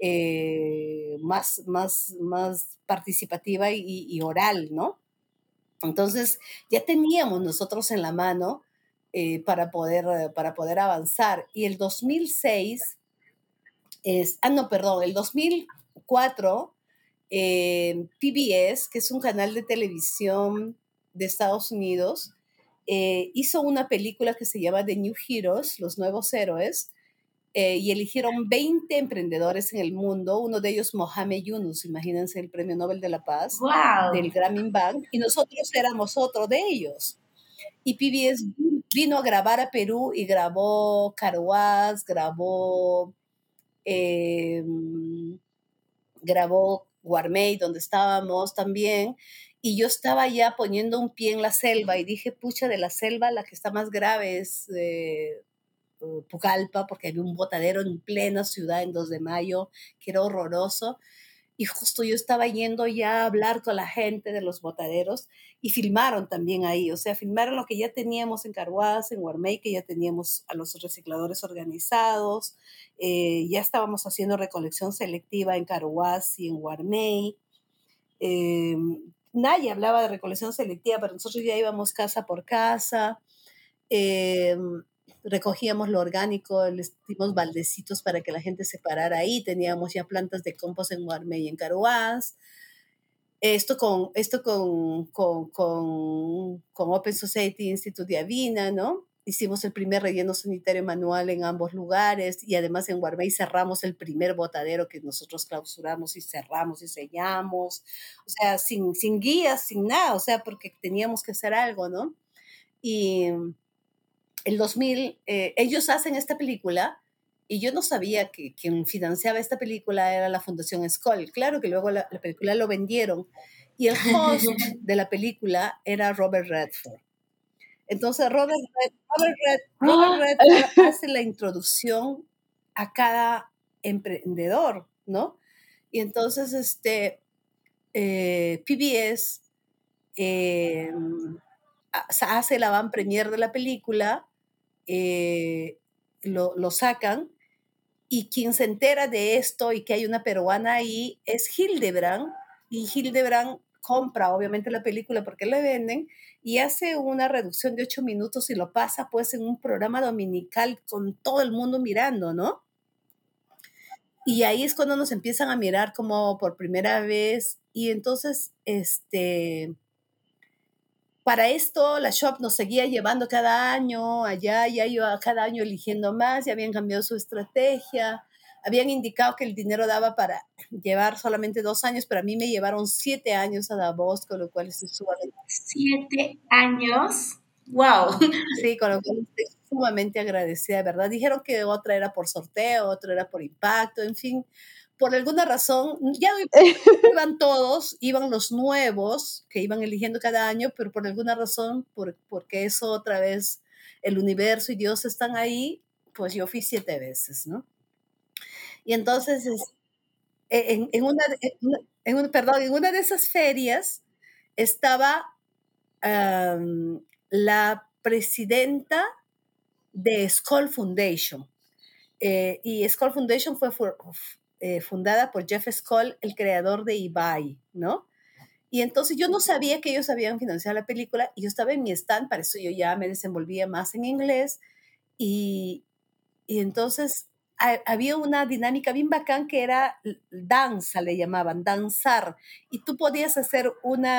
más participativa y oral, ¿no? Entonces, ya teníamos nosotros en la mano para poder avanzar. Y el 2006, el 2004, PBS, que es un canal de televisión de Estados Unidos, hizo una película que se llama The New Heroes, Los Nuevos Héroes, y eligieron 20 emprendedores en el mundo, uno de ellos Mohamed Yunus, imagínense, el Premio Nobel de la Paz, ¡Wow! del Grameen Bank, y nosotros éramos otro de ellos. Y PBS vino a grabar a Perú y grabó Carhuaz, grabó Guarmey, donde estábamos también, y yo estaba ya poniendo un pie en la selva y dije, pucha, de la selva la que está más grave es Pucallpa, porque había un botadero en plena ciudad en 2 de mayo, que era horroroso. Y justo yo estaba yendo ya a hablar con la gente de los botaderos y filmaron también ahí, o sea, filmaron lo que ya teníamos en Carhuaz, en Guarmey, que ya teníamos a los recicladores organizados, ya estábamos haciendo recolección selectiva en Carhuaz y en Guarmey. Nadie hablaba de recolección selectiva, pero nosotros ya íbamos casa por casa. Recogíamos lo orgánico, les dimos baldecitos para que la gente se parara ahí, teníamos ya plantas de compost en Guarmey y en Carhuaz. Esto con Open Society Institute de Avina, ¿no? hicimos el primer relleno sanitario manual en ambos lugares y además en Guarmey cerramos el primer botadero que nosotros clausuramos y cerramos y sellamos, o sea, sin guías, sin nada, o sea, porque teníamos que hacer algo, ¿no? Y el 2000, ellos hacen esta película y yo no sabía que quien financiaba esta película era la Fundación Skoll. Claro que luego la película lo vendieron y el host de la película era Robert Redford. Entonces Robert Redford hace la introducción a cada emprendedor, ¿no? Y entonces PBS hace la van premier de la película, lo sacan, y quien se entera de esto y que hay una peruana ahí es Hildebrand, y Hildebrand compra obviamente la película porque la venden y hace una reducción de 8 minutos y lo pasa pues en un programa dominical con todo el mundo mirando, ¿no? Y ahí es cuando nos empiezan a mirar como por primera vez y entonces para esto, la Shop nos seguía llevando cada año allá, ya iba cada año eligiendo más, ya habían cambiado su estrategia, habían indicado que el dinero daba para llevar solamente 2 años, pero a mí me llevaron 7 años a Davos, con lo cual estoy sumamente... 7 años, wow. Sí, con lo cual estoy sumamente agradecida, ¿verdad? Dijeron que otra era por sorteo, otra era por impacto, en fin, por alguna razón, ya iban todos, iban los nuevos que iban eligiendo cada año, pero por alguna razón, porque eso otra vez, el universo y Dios están ahí, pues yo fui 7 veces, ¿no? Y entonces, en una de esas ferias estaba la presidenta de Skoll Foundation. Y Skoll Foundation fue fundada por Jeff Skoll, el creador de eBay, ¿no? Y entonces yo no sabía que ellos habían financiado la película y yo estaba en mi stand, para eso yo ya me desenvolvía más en inglés y entonces había una dinámica bien bacán que era danza, le llamaban, danzar, y tú podías hacer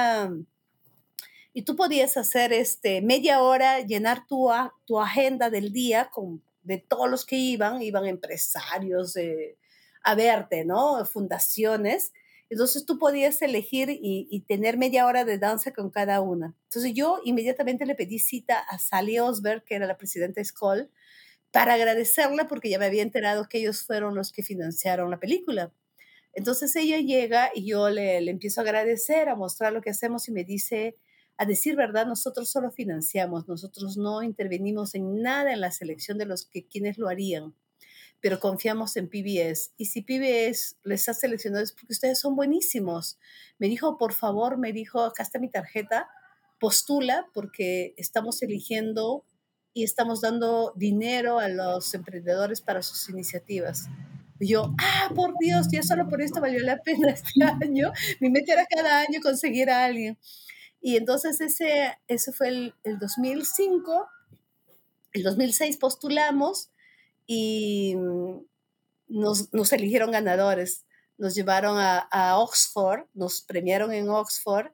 media hora, llenar tu agenda del día de todos los que iban empresarios a verte, ¿no? Fundaciones. Entonces tú podías elegir y tener media hora de danza con cada una. Entonces yo inmediatamente le pedí cita a Sally Osberg, que era la presidenta de Skoll, para agradecerle porque ya me había enterado que ellos fueron los que financiaron la película. Entonces ella llega y yo le empiezo a agradecer, a mostrar lo que hacemos y me dice, a decir verdad, nosotros solo financiamos, nosotros no intervenimos en nada en la selección de quienes lo harían, pero confiamos en PBS. Y si PBS les ha seleccionado es porque ustedes son buenísimos. Me dijo, por favor, me dijo, acá está mi tarjeta, postula porque estamos eligiendo y estamos dando dinero a los emprendedores para sus iniciativas. Y yo, por Dios, ya solo por esto valió la pena este año. Mi meta era cada año conseguir a alguien. Y entonces ese fue el 2005. El 2006 postulamos y nos eligieron ganadores. Nos llevaron a Oxford, nos premiaron en Oxford,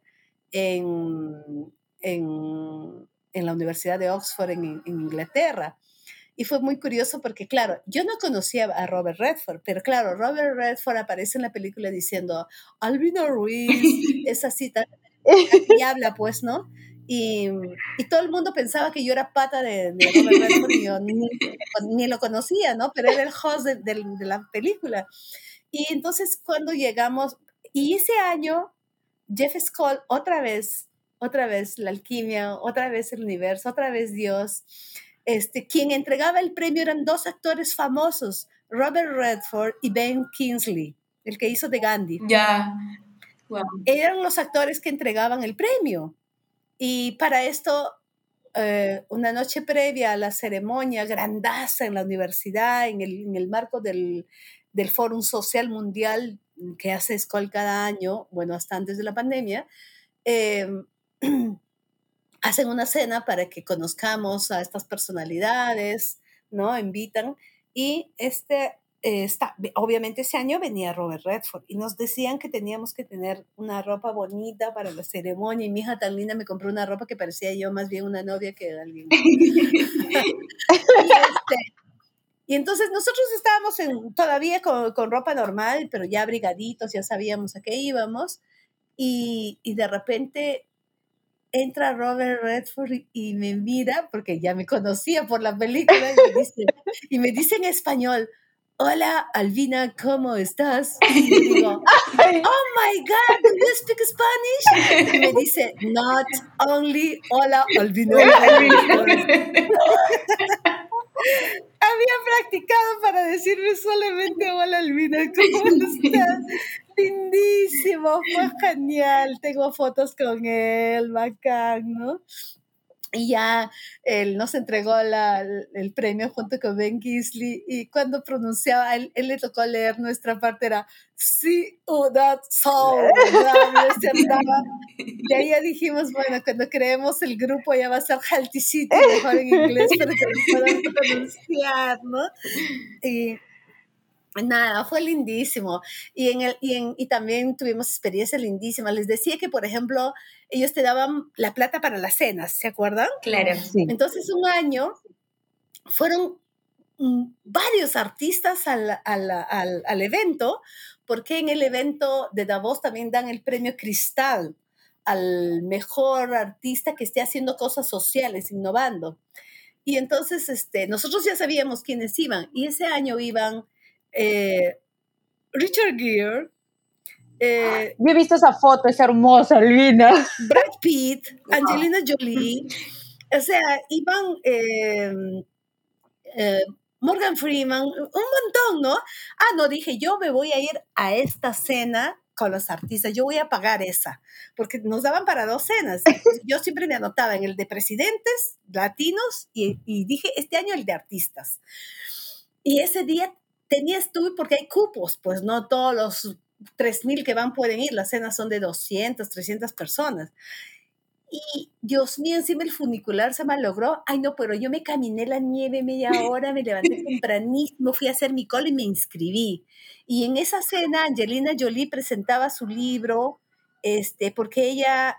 en la Universidad de Oxford, en Inglaterra. Y fue muy curioso porque, claro, yo no conocía a Robert Redford, pero claro, Robert Redford aparece en la película diciendo, Albina Ruiz, esa cita, y habla pues, ¿no? Y todo el mundo pensaba que yo era pata de Robert Redford y yo ni lo conocía, ¿no? Pero era el host de la película. Y entonces cuando llegamos, y ese año, Jeff Skoll, otra vez la alquimia, otra vez el universo, otra vez Dios, quien entregaba el premio eran 2 actores famosos, Robert Redford y Ben Kingsley, el que hizo de Gandhi. Ya. Wow. Eran los actores que entregaban el premio. Y para esto, una noche previa a la ceremonia grandaza en la universidad, en el marco del Fórum Social Mundial que hace Skoll cada año, bueno, hasta antes de la pandemia, hacen una cena para que conozcamos a estas personalidades, ¿no? Invitan. Y obviamente ese año venía Robert Redford y nos decían que teníamos que tener una ropa bonita para la ceremonia, y mi hija tan linda me compró una ropa que parecía yo más bien una novia que alguien. Y entonces nosotros estábamos todavía con ropa normal, pero ya abrigaditos, ya sabíamos a qué íbamos, y de repente entra Robert Redford y me mira, porque ya me conocía por la película, y me dice en español: hola, Albina, ¿cómo estás? Y yo digo, oh my God, do you speak Spanish? Y me dice, not only hola, Albina. Había practicado para decirme solamente hola, Albina, ¿cómo estás? Lindísimo, fue genial. Tengo fotos con él, bacán, ¿no? Y ya él nos entregó el premio junto con Ben Kingsley, y cuando pronunciaba, él le tocó leer nuestra parte, era Ciudad Soul, y ahí ya dijimos, bueno, cuando creemos el grupo ya va a ser Healthy City, mejor en inglés, para que lo puedan pronunciar, ¿no? Y nada, fue lindísimo. Y también tuvimos experiencias lindísimas. Les decía que, por ejemplo, ellos te daban la plata para las cenas, ¿se acuerdan? Claro. Sí. Entonces, un año fueron varios artistas al evento, porque en el evento de Davos también dan el premio Cristal al mejor artista que esté haciendo cosas sociales, innovando. Y entonces nosotros ya sabíamos quiénes iban, y ese año iban Richard Gere, Yo he visto esa foto, es hermosa, Albina. Brad Pitt, Angelina Jolie, o sea, iban Morgan Freeman, un montón, ¿no? No, dije, yo me voy a ir a esta cena con los artistas, yo voy a pagar esa, porque nos daban para 2 cenas. Yo siempre me anotaba en el de presidentes, latinos, y dije, este año el de artistas. Y ese día estuve, porque hay cupos, pues no todos los 3,000 que van pueden ir, las cenas son de 200, 300 personas. Y Dios mío, encima el funicular se malogró. Ay, no, pero yo me caminé la nieve media hora, me levanté tempranísimo, fui a hacer mi cola y me inscribí. Y en esa cena, Angelina Jolie presentaba su libro, porque ella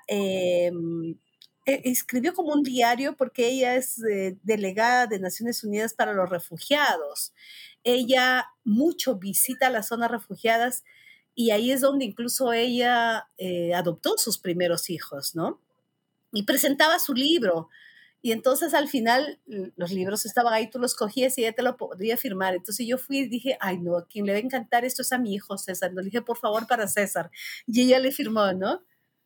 escribió como un diario, porque ella es delegada de Naciones Unidas para los Refugiados. Ella mucho visita las zonas refugiadas, y ahí es donde incluso ella adoptó sus primeros hijos, ¿no? Y presentaba su libro. Y entonces al final los libros estaban ahí, tú los cogías y ella te lo podía firmar. Entonces yo fui y dije, ay no, a quien le va a encantar esto es a mi hijo César. Le dije, por favor, para César. Y ella le firmó, ¿no?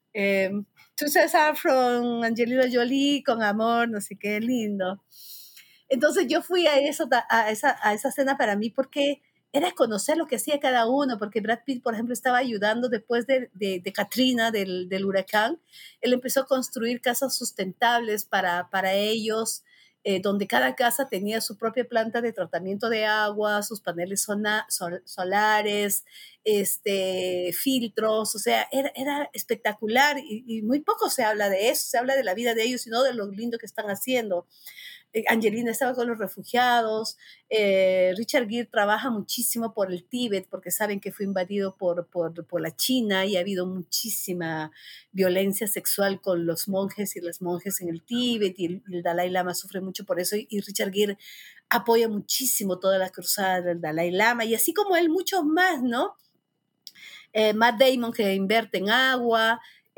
To César from Angelina Jolie, con amor, no sé qué, lindo. Entonces yo fui a esa cena para mí, porque era conocer lo que hacía cada uno, porque Brad Pitt, por ejemplo, estaba ayudando después de Katrina, del huracán. Él empezó a construir casas sustentables para ellos, donde cada casa tenía su propia planta de tratamiento de agua, sus paneles solares, filtros, o sea, era espectacular, y muy poco se habla de eso, se habla de la vida de ellos y no de lo lindo que están haciendo. Angelina estaba con los refugiados. Richard Gere trabaja muchísimo por el Tíbet, porque saben que fue invadido por la China, y ha habido muchísima violencia sexual con los monjes y las monjes en el Tíbet, y el Dalai Lama sufre mucho por eso, y Richard Gere apoya muchísimo toda la cruzada del Dalai Lama, y así como él, muchos más, ¿no? Matt Damon, que invierte en agua.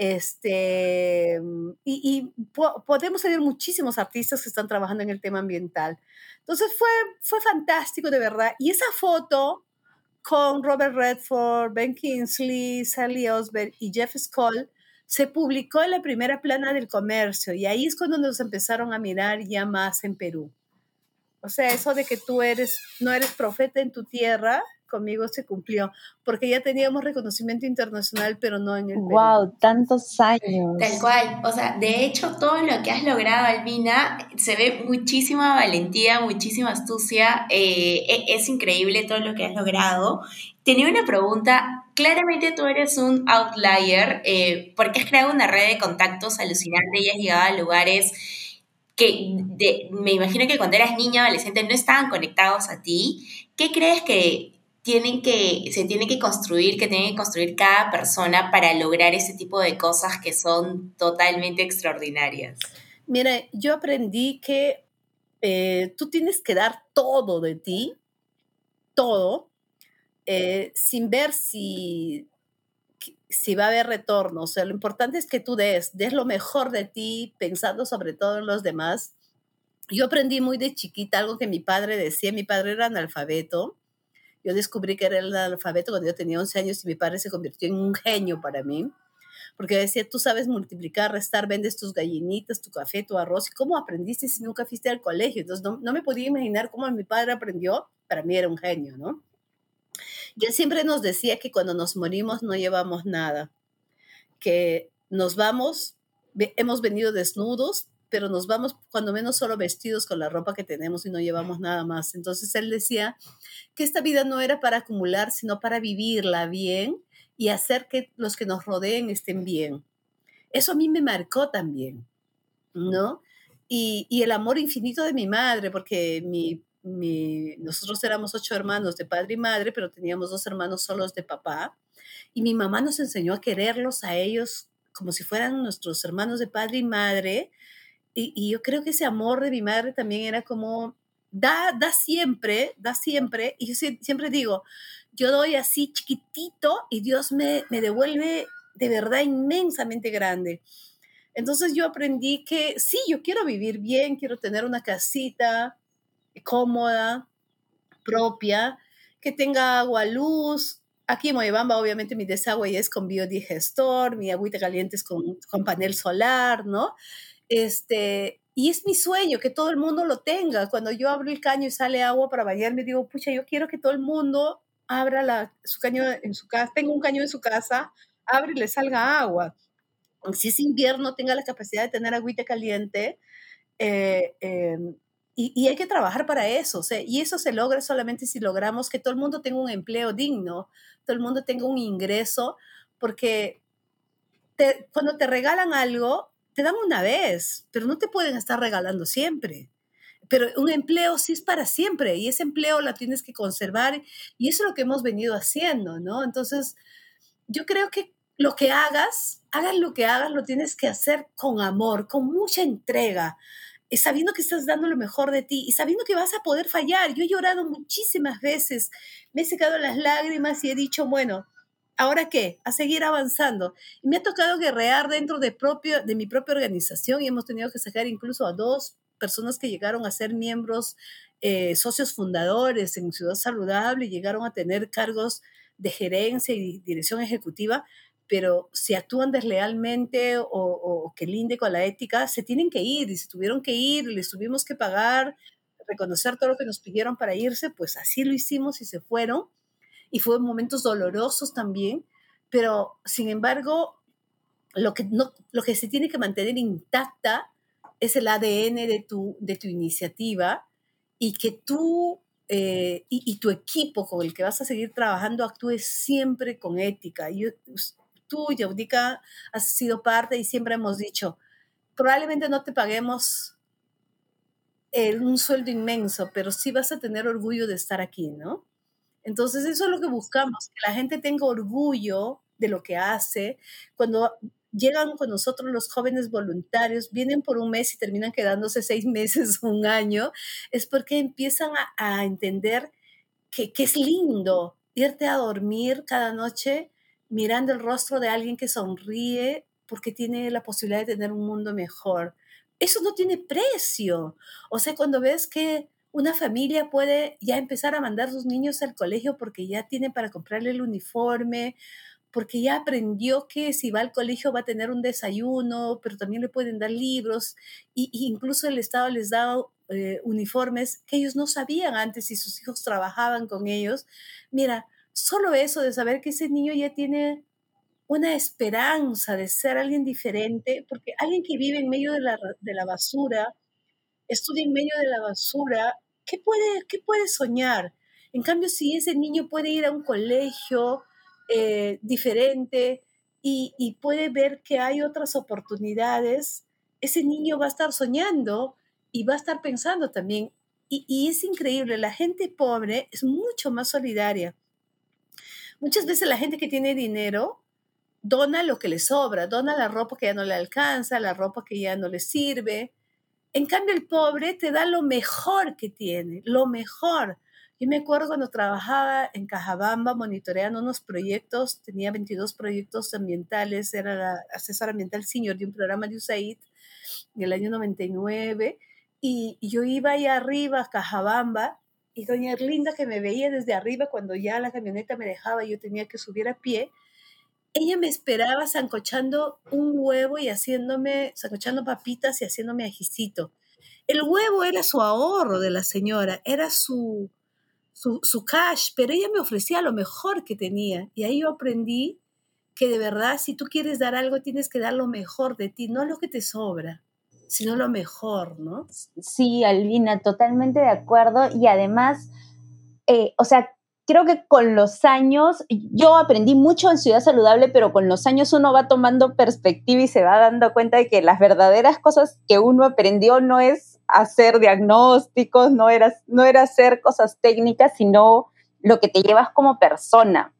Podemos tener muchísimos artistas que están trabajando en el tema ambiental. Entonces fue fantástico, de verdad. Y esa foto con Robert Redford, Ben Kingsley, Sally Osberg y Jeff Skoll se publicó en la primera plana del Comercio, y ahí es cuando nos empezaron a mirar ya más en Perú. O sea, eso de que tú no eres profeta en tu tierra, conmigo se cumplió, porque ya teníamos reconocimiento internacional, pero no en el Perú. ¡Wow! Tantos años. Tal cual, o sea, de hecho todo lo que has logrado, Albina, se ve muchísima valentía, muchísima astucia, es increíble todo lo que has logrado. Tenía una pregunta, claramente tú eres un outlier, porque has creado una red de contactos alucinante y has llegado a lugares que me imagino que cuando eras niña o adolescente no estaban conectados a ti. ¿Qué crees que se tiene que construir, que tiene que construir cada persona para lograr ese tipo de cosas que son totalmente extraordinarias? Mira, yo aprendí que tú tienes que dar todo de ti, todo, sin ver si va a haber retorno. O sea, lo importante es que tú des lo mejor de ti, pensando sobre todo en los demás. Yo aprendí muy de chiquita algo que mi padre decía. Mi padre era analfabeto. Yo descubrí que era el analfabeto cuando yo tenía 11 años y mi padre se convirtió en un genio para mí, porque decía, tú sabes multiplicar, restar, vendes tus gallinitas, tu café, tu arroz. ¿Y cómo aprendiste si nunca fuiste al colegio? Entonces no me podía imaginar cómo mi padre aprendió. Para mí era un genio, ¿no? Y él siempre nos decía que cuando nos morimos no llevamos nada, que nos vamos, hemos venido desnudos, pero nos vamos cuando menos solo vestidos con la ropa que tenemos y no llevamos nada más. Entonces él decía que esta vida no era para acumular, sino para vivirla bien y hacer que los que nos rodeen estén bien. Eso a mí me marcó también, ¿no? Y el amor infinito de mi madre, porque nosotros éramos 8 hermanos de padre y madre, pero teníamos 2 hermanos solos de papá. Y mi mamá nos enseñó a quererlos a ellos como si fueran nuestros hermanos de padre y madre. Y yo creo que ese amor de mi madre también era como, da siempre, da siempre. Y yo siempre digo, yo doy así chiquitito y Dios me devuelve de verdad inmensamente grande. Entonces yo aprendí que sí, yo quiero vivir bien, quiero tener una casita cómoda, propia, que tenga agua, luz. Aquí en Moyobamba, obviamente, mi desagüe es con biodigestor, mi agüita caliente es con panel solar, ¿no? Y es mi sueño que todo el mundo lo tenga. Cuando yo abro el caño y sale agua para bañarme, digo, pucha, yo quiero que todo el mundo abra su caño en su casa, tenga un caño en su casa, abre y le salga agua. Si es invierno, tenga la capacidad de tener agüita caliente. eh, eh, y hay que trabajar para eso, o sea, y eso se logra solamente si logramos que todo el mundo tenga un empleo digno, todo el mundo tenga un ingreso, porque cuando te regalan algo, te dan una vez, pero no te pueden estar regalando siempre. Pero un empleo sí es para siempre y ese empleo la tienes que conservar y eso es lo que hemos venido haciendo, ¿no? Entonces, yo creo que lo que hagas lo que hagas, lo tienes que hacer con amor, con mucha entrega, sabiendo que estás dando lo mejor de ti y sabiendo que vas a poder fallar. Yo he llorado muchísimas veces, me he secado las lágrimas y he dicho, bueno, ¿ahora qué? A seguir avanzando. Y me ha tocado guerrear dentro de mi propia organización y hemos tenido que sacar incluso a 2 personas que llegaron a ser miembros, socios fundadores en Ciudad Saludable y llegaron a tener cargos de gerencia y dirección ejecutiva, pero si actúan deslealmente o que linde con la ética, se tienen que ir y se tuvieron que ir, les tuvimos que pagar, reconocer todo lo que nos pidieron para irse, pues así lo hicimos y se fueron. Y fueron momentos dolorosos también, pero sin embargo, lo que se tiene que mantener intacta es el ADN de tu iniciativa y que tú y tu equipo con el que vas a seguir trabajando actúe siempre con ética. Tú, Yaudica, has sido parte y siempre hemos dicho, probablemente no te paguemos un sueldo inmenso, pero sí vas a tener orgullo de estar aquí, ¿no? Entonces eso es lo que buscamos, que la gente tenga orgullo de lo que hace. Cuando llegan con nosotros los jóvenes voluntarios, vienen por un mes y terminan quedándose 6 meses, un año, es porque empiezan a entender que es lindo irte a dormir cada noche mirando el rostro de alguien que sonríe porque tiene la posibilidad de tener un mundo mejor. Eso no tiene precio. O sea, cuando ves que una familia puede ya empezar a mandar a sus niños al colegio porque ya tiene para comprarle el uniforme, porque ya aprendió que si va al colegio va a tener un desayuno, pero también le pueden dar libros, y incluso el Estado les da uniformes que ellos no sabían antes y sus hijos trabajaban con ellos. Mira, solo eso de saber que ese niño ya tiene una esperanza de ser alguien diferente, porque alguien que vive en medio de la basura, estudia en medio de la basura, qué puede soñar? En cambio, si ese niño puede ir a un colegio diferente y puede ver que hay otras oportunidades, ese niño va a estar soñando y va a estar pensando también, y es increíble, la gente pobre es mucho más solidaria. Muchas veces la gente que tiene dinero dona lo que le sobra, dona la ropa que ya no le alcanza, la ropa que ya no le sirve. En cambio, el pobre te da lo mejor que tiene, lo mejor. Yo me acuerdo cuando trabajaba en Cajabamba monitoreando unos proyectos, tenía 22 proyectos ambientales, era la asesora ambiental senior de un programa de USAID en el año 99, y yo iba ahí arriba a Cajabamba, y doña Erlinda, que me veía desde arriba cuando ya la camioneta me dejaba y yo tenía que subir a pie, ella me esperaba sancochando un huevo y sancochando papitas y haciéndome ajicito. El huevo era su ahorro de la señora, era su cash, pero ella me ofrecía lo mejor que tenía. Y ahí yo aprendí que de verdad, si tú quieres dar algo, tienes que dar lo mejor de ti, no lo que te sobra, sino lo mejor, ¿no? Sí, Albina, totalmente de acuerdo. Y además, o sea, creo que con los años, yo aprendí mucho en Ciudad Saludable, pero con los años uno va tomando perspectiva y se va dando cuenta de que las verdaderas cosas que uno aprendió no es hacer diagnósticos, no era hacer cosas técnicas, sino lo que te llevas como persona.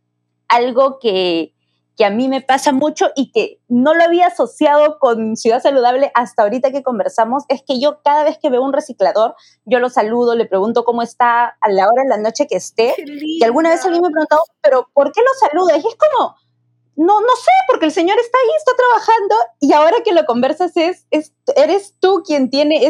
Algo que a mí me pasa mucho y que no lo había asociado con Ciudad Saludable hasta ahorita que conversamos, es que yo cada vez que veo un reciclador, yo lo saludo, le pregunto cómo está a la hora de la noche que esté, ¡Qué y alguna vez linda! alguien me ha preguntado, pero ¿por qué lo saludas? Y es como, no sé, porque el señor está ahí, está trabajando, y ahora que lo conversas eres tú quien tiene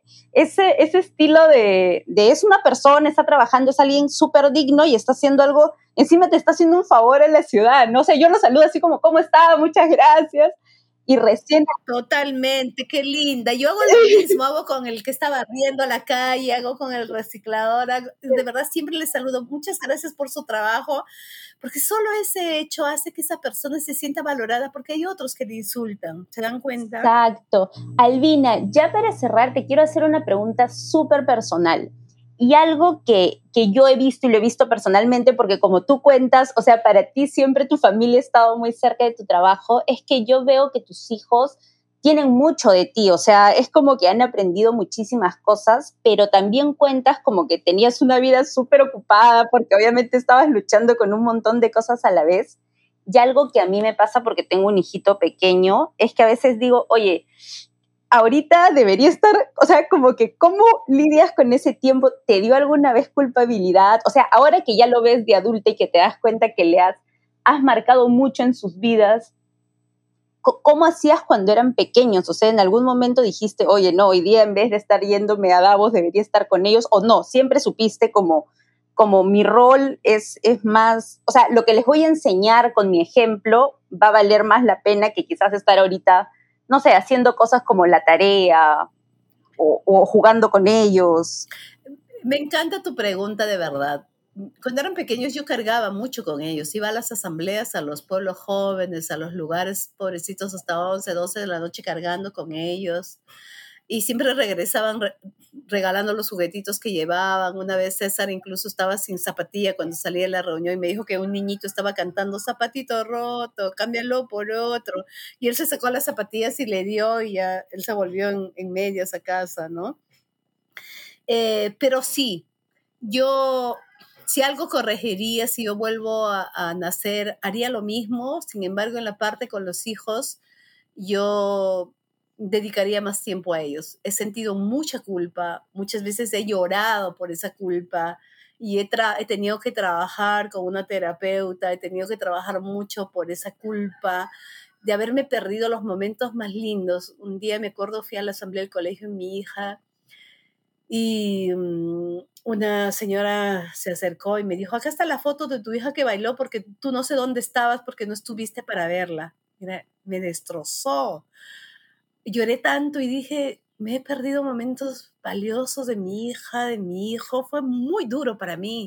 ese estilo de es una persona, está trabajando, es alguien súper digno y está haciendo algo, encima te está haciendo un favor en la ciudad, no sé, yo lo saludo así como, ¿cómo está? Muchas gracias, y recién... Totalmente, qué linda. Yo hago lo mismo, hago con el que está barriendo la calle, hago con el reciclador, de verdad siempre les saludo. Muchas gracias por su trabajo, porque solo ese hecho hace que esa persona se sienta valorada, porque hay otros que le insultan, ¿se dan cuenta? Exacto. Albina, ya para cerrar, te quiero hacer una pregunta súper personal. Y algo que yo he visto y lo he visto personalmente, porque como tú cuentas, o sea, para ti siempre tu familia ha estado muy cerca de tu trabajo, es que yo veo que tus hijos tienen mucho de ti, o sea, es como que han aprendido muchísimas cosas, pero también cuentas como que tenías una vida súper ocupada, porque obviamente estabas luchando con un montón de cosas a la vez. Y algo que a mí me pasa porque tengo un hijito pequeño es que a veces digo, oye, ahorita debería estar, o sea, como que ¿cómo lidias con ese tiempo? ¿Te dio alguna vez culpabilidad? O sea, ahora que ya lo ves de adulta y que te das cuenta que has marcado mucho en sus vidas, ¿cómo hacías cuando eran pequeños? O sea, ¿en algún momento dijiste, oye, no, hoy día en vez de estar yéndome a Davos debería estar con ellos? ¿O no? Siempre supiste como mi rol es más, o sea, lo que les voy a enseñar con mi ejemplo va a valer más la pena que quizás estar ahorita, no sé, haciendo cosas como la tarea o jugando con ellos. Me encanta tu pregunta de verdad. Cuando eran pequeños yo cargaba mucho con ellos, iba a las asambleas, a los pueblos jóvenes, a los lugares pobrecitos hasta 11, 12 de la noche cargando con ellos y siempre regresaban regalando los juguetitos que llevaban. Una vez César incluso estaba sin zapatilla cuando salía de la reunión y me dijo que un niñito estaba cantando zapatito roto, cámbialo por otro. Y él se sacó las zapatillas y le dio y ya él se volvió en medias a casa, ¿no? Pero sí, yo, si algo corregiría, si yo vuelvo a nacer, haría lo mismo. Sin embargo, en la parte con los hijos, yo dedicaría más tiempo a ellos. He sentido mucha culpa, muchas veces he llorado por esa culpa y he tenido que trabajar con una terapeuta, he tenido que trabajar mucho por esa culpa de haberme perdido los momentos más lindos. Un día me acuerdo, fui a la asamblea del colegio de mi hija y una señora se acercó y me dijo, acá está la foto de tu hija que bailó porque tú no sé dónde estabas porque no estuviste para verla. Mira, me destrozó. Lloré tanto y dije, me he perdido momentos valiosos de mi hija, de mi hijo. Fue muy duro para mí.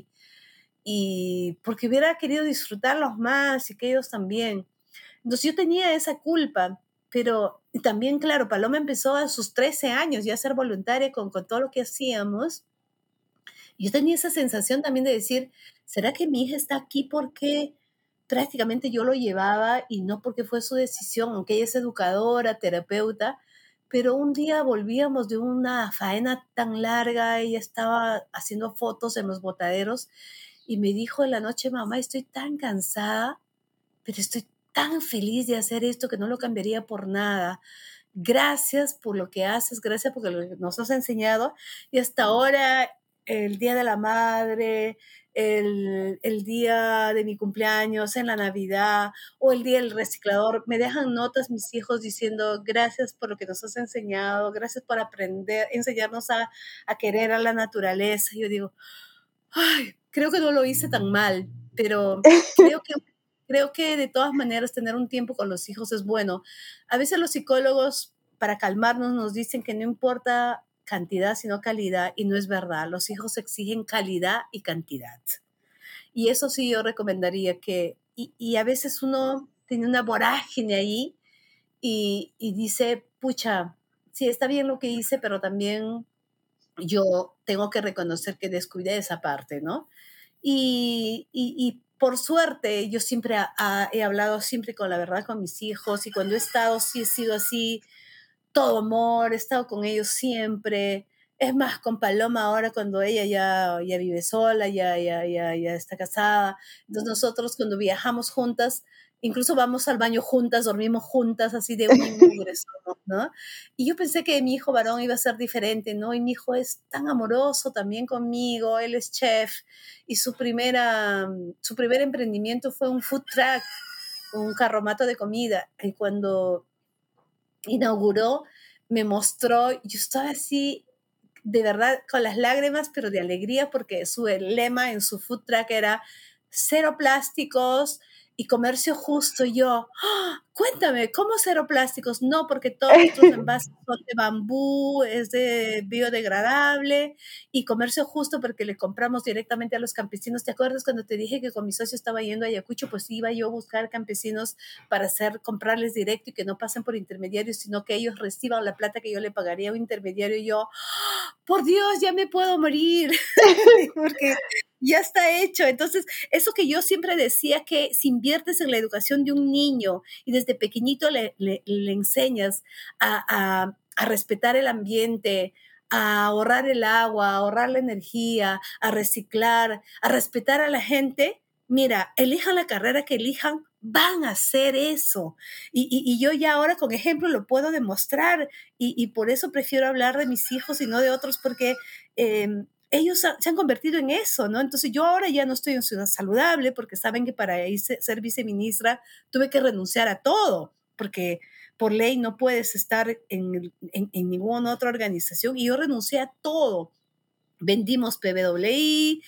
Y porque hubiera querido disfrutarlos más y que ellos también. Entonces yo tenía esa culpa, pero y también, claro, Paloma empezó a sus 13 años ya a ser voluntaria con todo lo que hacíamos. Y yo tenía esa sensación también de decir, ¿será que mi hija está aquí porque prácticamente yo lo llevaba y no porque fue su decisión, aunque ella es educadora, terapeuta? pero un día volvíamos de una faena tan larga, ella estaba haciendo fotos en los botaderos y me dijo en la noche, mamá, estoy tan cansada, pero estoy tan feliz de hacer esto que no lo cambiaría por nada. Gracias por lo que haces, gracias por lo que nos has enseñado. Y hasta ahora, el Día de la Madre, el día de mi cumpleaños, en la Navidad o el Día del Reciclador, me dejan notas mis hijos diciendo gracias por lo que nos has enseñado, gracias por aprender, enseñarnos a querer a la naturaleza. Yo digo, ay, creo que no lo hice tan mal, pero creo que de todas maneras tener un tiempo con los hijos es bueno. A veces los psicólogos, para calmarnos, nos dicen que no importa cantidad, sino calidad, y no es verdad. Los hijos exigen calidad y cantidad. Y eso sí yo recomendaría y a veces uno tiene una vorágine ahí y dice, pucha, sí, está bien lo que hice, pero también yo tengo que reconocer que descuidé esa parte, ¿no? Y por suerte, yo siempre he hablado siempre con la verdad con mis hijos y cuando he estado, sí he sido así, todo amor, he estado con ellos siempre. Es más, con Paloma ahora cuando ella ya vive sola, ya está casada. Entonces nosotros cuando viajamos juntas, incluso vamos al baño juntas, dormimos juntas, así de una y mugre somos, ¿no? Y yo pensé que mi hijo varón iba a ser diferente, ¿no? Y mi hijo es tan amoroso también conmigo, él es chef y su primer emprendimiento fue un food truck, un carromato de comida. Y cuando inauguró, me mostró, yo estaba así, de verdad, con las lágrimas, pero de alegría, porque su lema en su food truck era cero plásticos y comercio justo. Y yo, ¡ah! Cuéntame, ¿cómo cero plásticos? No, porque todos nuestros envases son de bambú, es de biodegradable y comercio justo porque le compramos directamente a los campesinos. ¿Te acuerdas cuando te dije que con mi socio estaba yendo a Ayacucho? Pues iba yo a buscar campesinos para comprarles directo y que no pasen por intermediarios, sino que ellos reciban la plata que yo le pagaría a un intermediario. Y yo, por Dios, ya me puedo morir, porque ya está hecho. Entonces, eso que yo siempre decía, que si inviertes en la educación de un niño y desde pequeñito le enseñas a respetar el ambiente, a ahorrar el agua, a ahorrar la energía, a reciclar, a respetar a la gente, mira, elijan la carrera que elijan, van a hacer eso. Y yo ya ahora con ejemplo lo puedo demostrar y por eso prefiero hablar de mis hijos y no de otros porque ellos se han convertido en eso, ¿no? Entonces yo ahora ya no estoy en Ciudad Saludable porque saben que para ser viceministra tuve que renunciar a todo porque por ley no puedes estar en ninguna otra organización y yo renuncié a todo. Vendimos PWI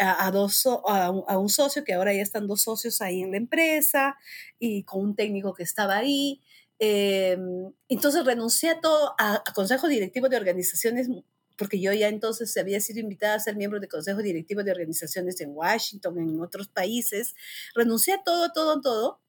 a un socio, que ahora ya están 2 socios ahí en la empresa, y con un técnico que estaba ahí. Entonces renuncié a todo, a consejo directivo de organizaciones, porque yo ya entonces había sido invitada a ser miembro de consejo directivo de organizaciones en Washington, en otros países. Renuncié a todo, todo, todo.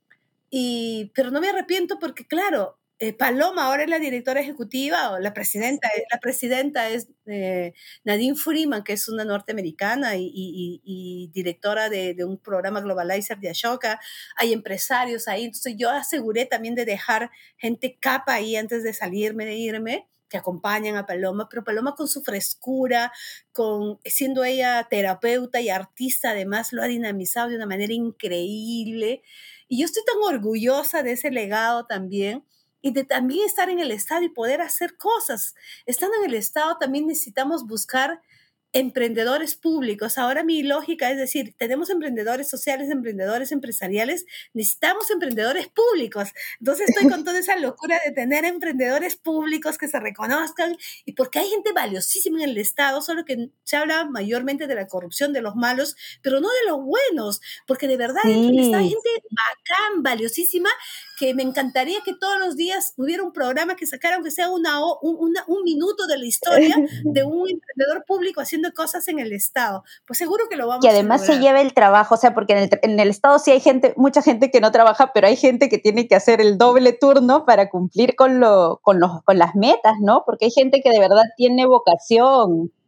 Pero no me arrepiento porque, claro, Paloma ahora es la directora ejecutiva o la presidenta es Nadine Freeman, que es una norteamericana y directora de un programa Globalizer de Ashoka. Hay empresarios ahí, entonces yo aseguré también de dejar gente capa ahí antes de irme, que acompañan a Paloma, pero Paloma con su frescura, siendo ella terapeuta y artista, además lo ha dinamizado de una manera increíble. Y yo estoy tan orgullosa de ese legado también y de también estar en el Estado y poder hacer cosas. Estando en el Estado también necesitamos buscar emprendedores públicos. Ahora mi lógica es decir, tenemos emprendedores sociales, emprendedores empresariales, necesitamos emprendedores públicos. Entonces estoy con toda esa locura de tener emprendedores públicos que se reconozcan y porque hay gente valiosísima en el Estado, solo que se habla mayormente de la corrupción de los malos, pero no de los buenos, porque de verdad dentro del Estado hay gente bacán, valiosísima, que me encantaría que todos los días hubiera un programa que sacara, aunque sea un minuto de la historia de un emprendedor público haciendo cosas en el Estado. Pues seguro que lo vamos a lograr. Que además se lleve el trabajo, o sea, porque en el Estado sí hay mucha gente que no trabaja, pero hay gente que tiene que hacer el doble turno para cumplir con las metas, ¿no? Porque hay gente que de verdad tiene vocación.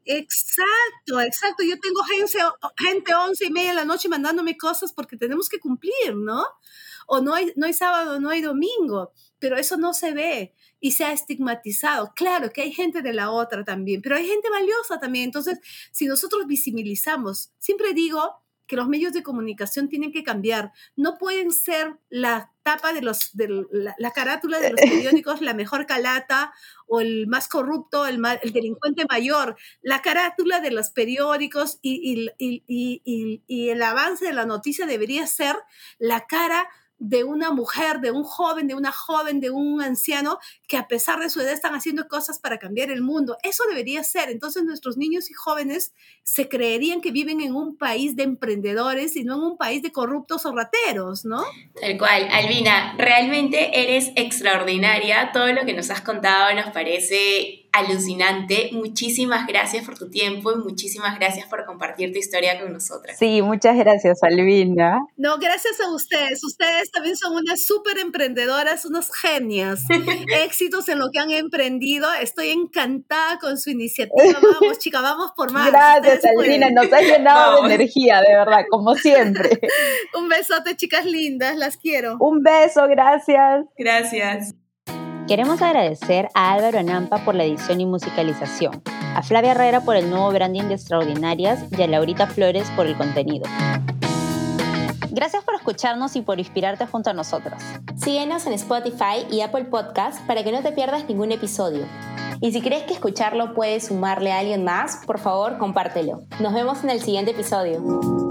Exacto. Yo tengo gente 11:30 de la noche mandándome cosas porque tenemos que cumplir, ¿no? O no hay sábado, no hay domingo, pero eso no se ve y se ha estigmatizado. Claro que hay gente de la otra también, pero hay gente valiosa también. Entonces, si nosotros visibilizamos, siempre digo que los medios de comunicación tienen que cambiar. No pueden ser la tapa la carátula de los periódicos, la mejor calata o el más corrupto, el delincuente mayor. La carátula de los periódicos y el avance de la noticia debería ser la cara de una mujer, de un joven, de una joven, de un anciano que a pesar de su edad están haciendo cosas para cambiar el mundo. Eso debería ser. Entonces nuestros niños y jóvenes se creerían que viven en un país de emprendedores y no en un país de corruptos o rateros, ¿no? Tal cual. Albina, realmente eres extraordinaria. Todo lo que nos has contado nos parece alucinante. Muchísimas gracias por tu tiempo y muchísimas gracias por compartir tu historia con nosotras. Sí, muchas gracias, Albina. No, gracias a ustedes. Ustedes también son unas súper emprendedoras, unas genias. Éxitos en lo que han emprendido. Estoy encantada con su iniciativa. Vamos, chica, vamos por más. Gracias, Albina. Nos has llenado de energía, de verdad, como siempre. Un besote, chicas lindas. Las quiero. Un beso, gracias. Gracias. Queremos agradecer a Álvaro Nampa por la edición y musicalización, a Flavia Herrera por el nuevo branding de Extraordinarias y a Laurita Flores por el contenido. Gracias por escucharnos y por inspirarte junto a nosotros. Síguenos en Spotify y Apple Podcast para que no te pierdas ningún episodio. Y si crees que escucharlo puede sumarle a alguien más, por favor, compártelo. Nos vemos en el siguiente episodio.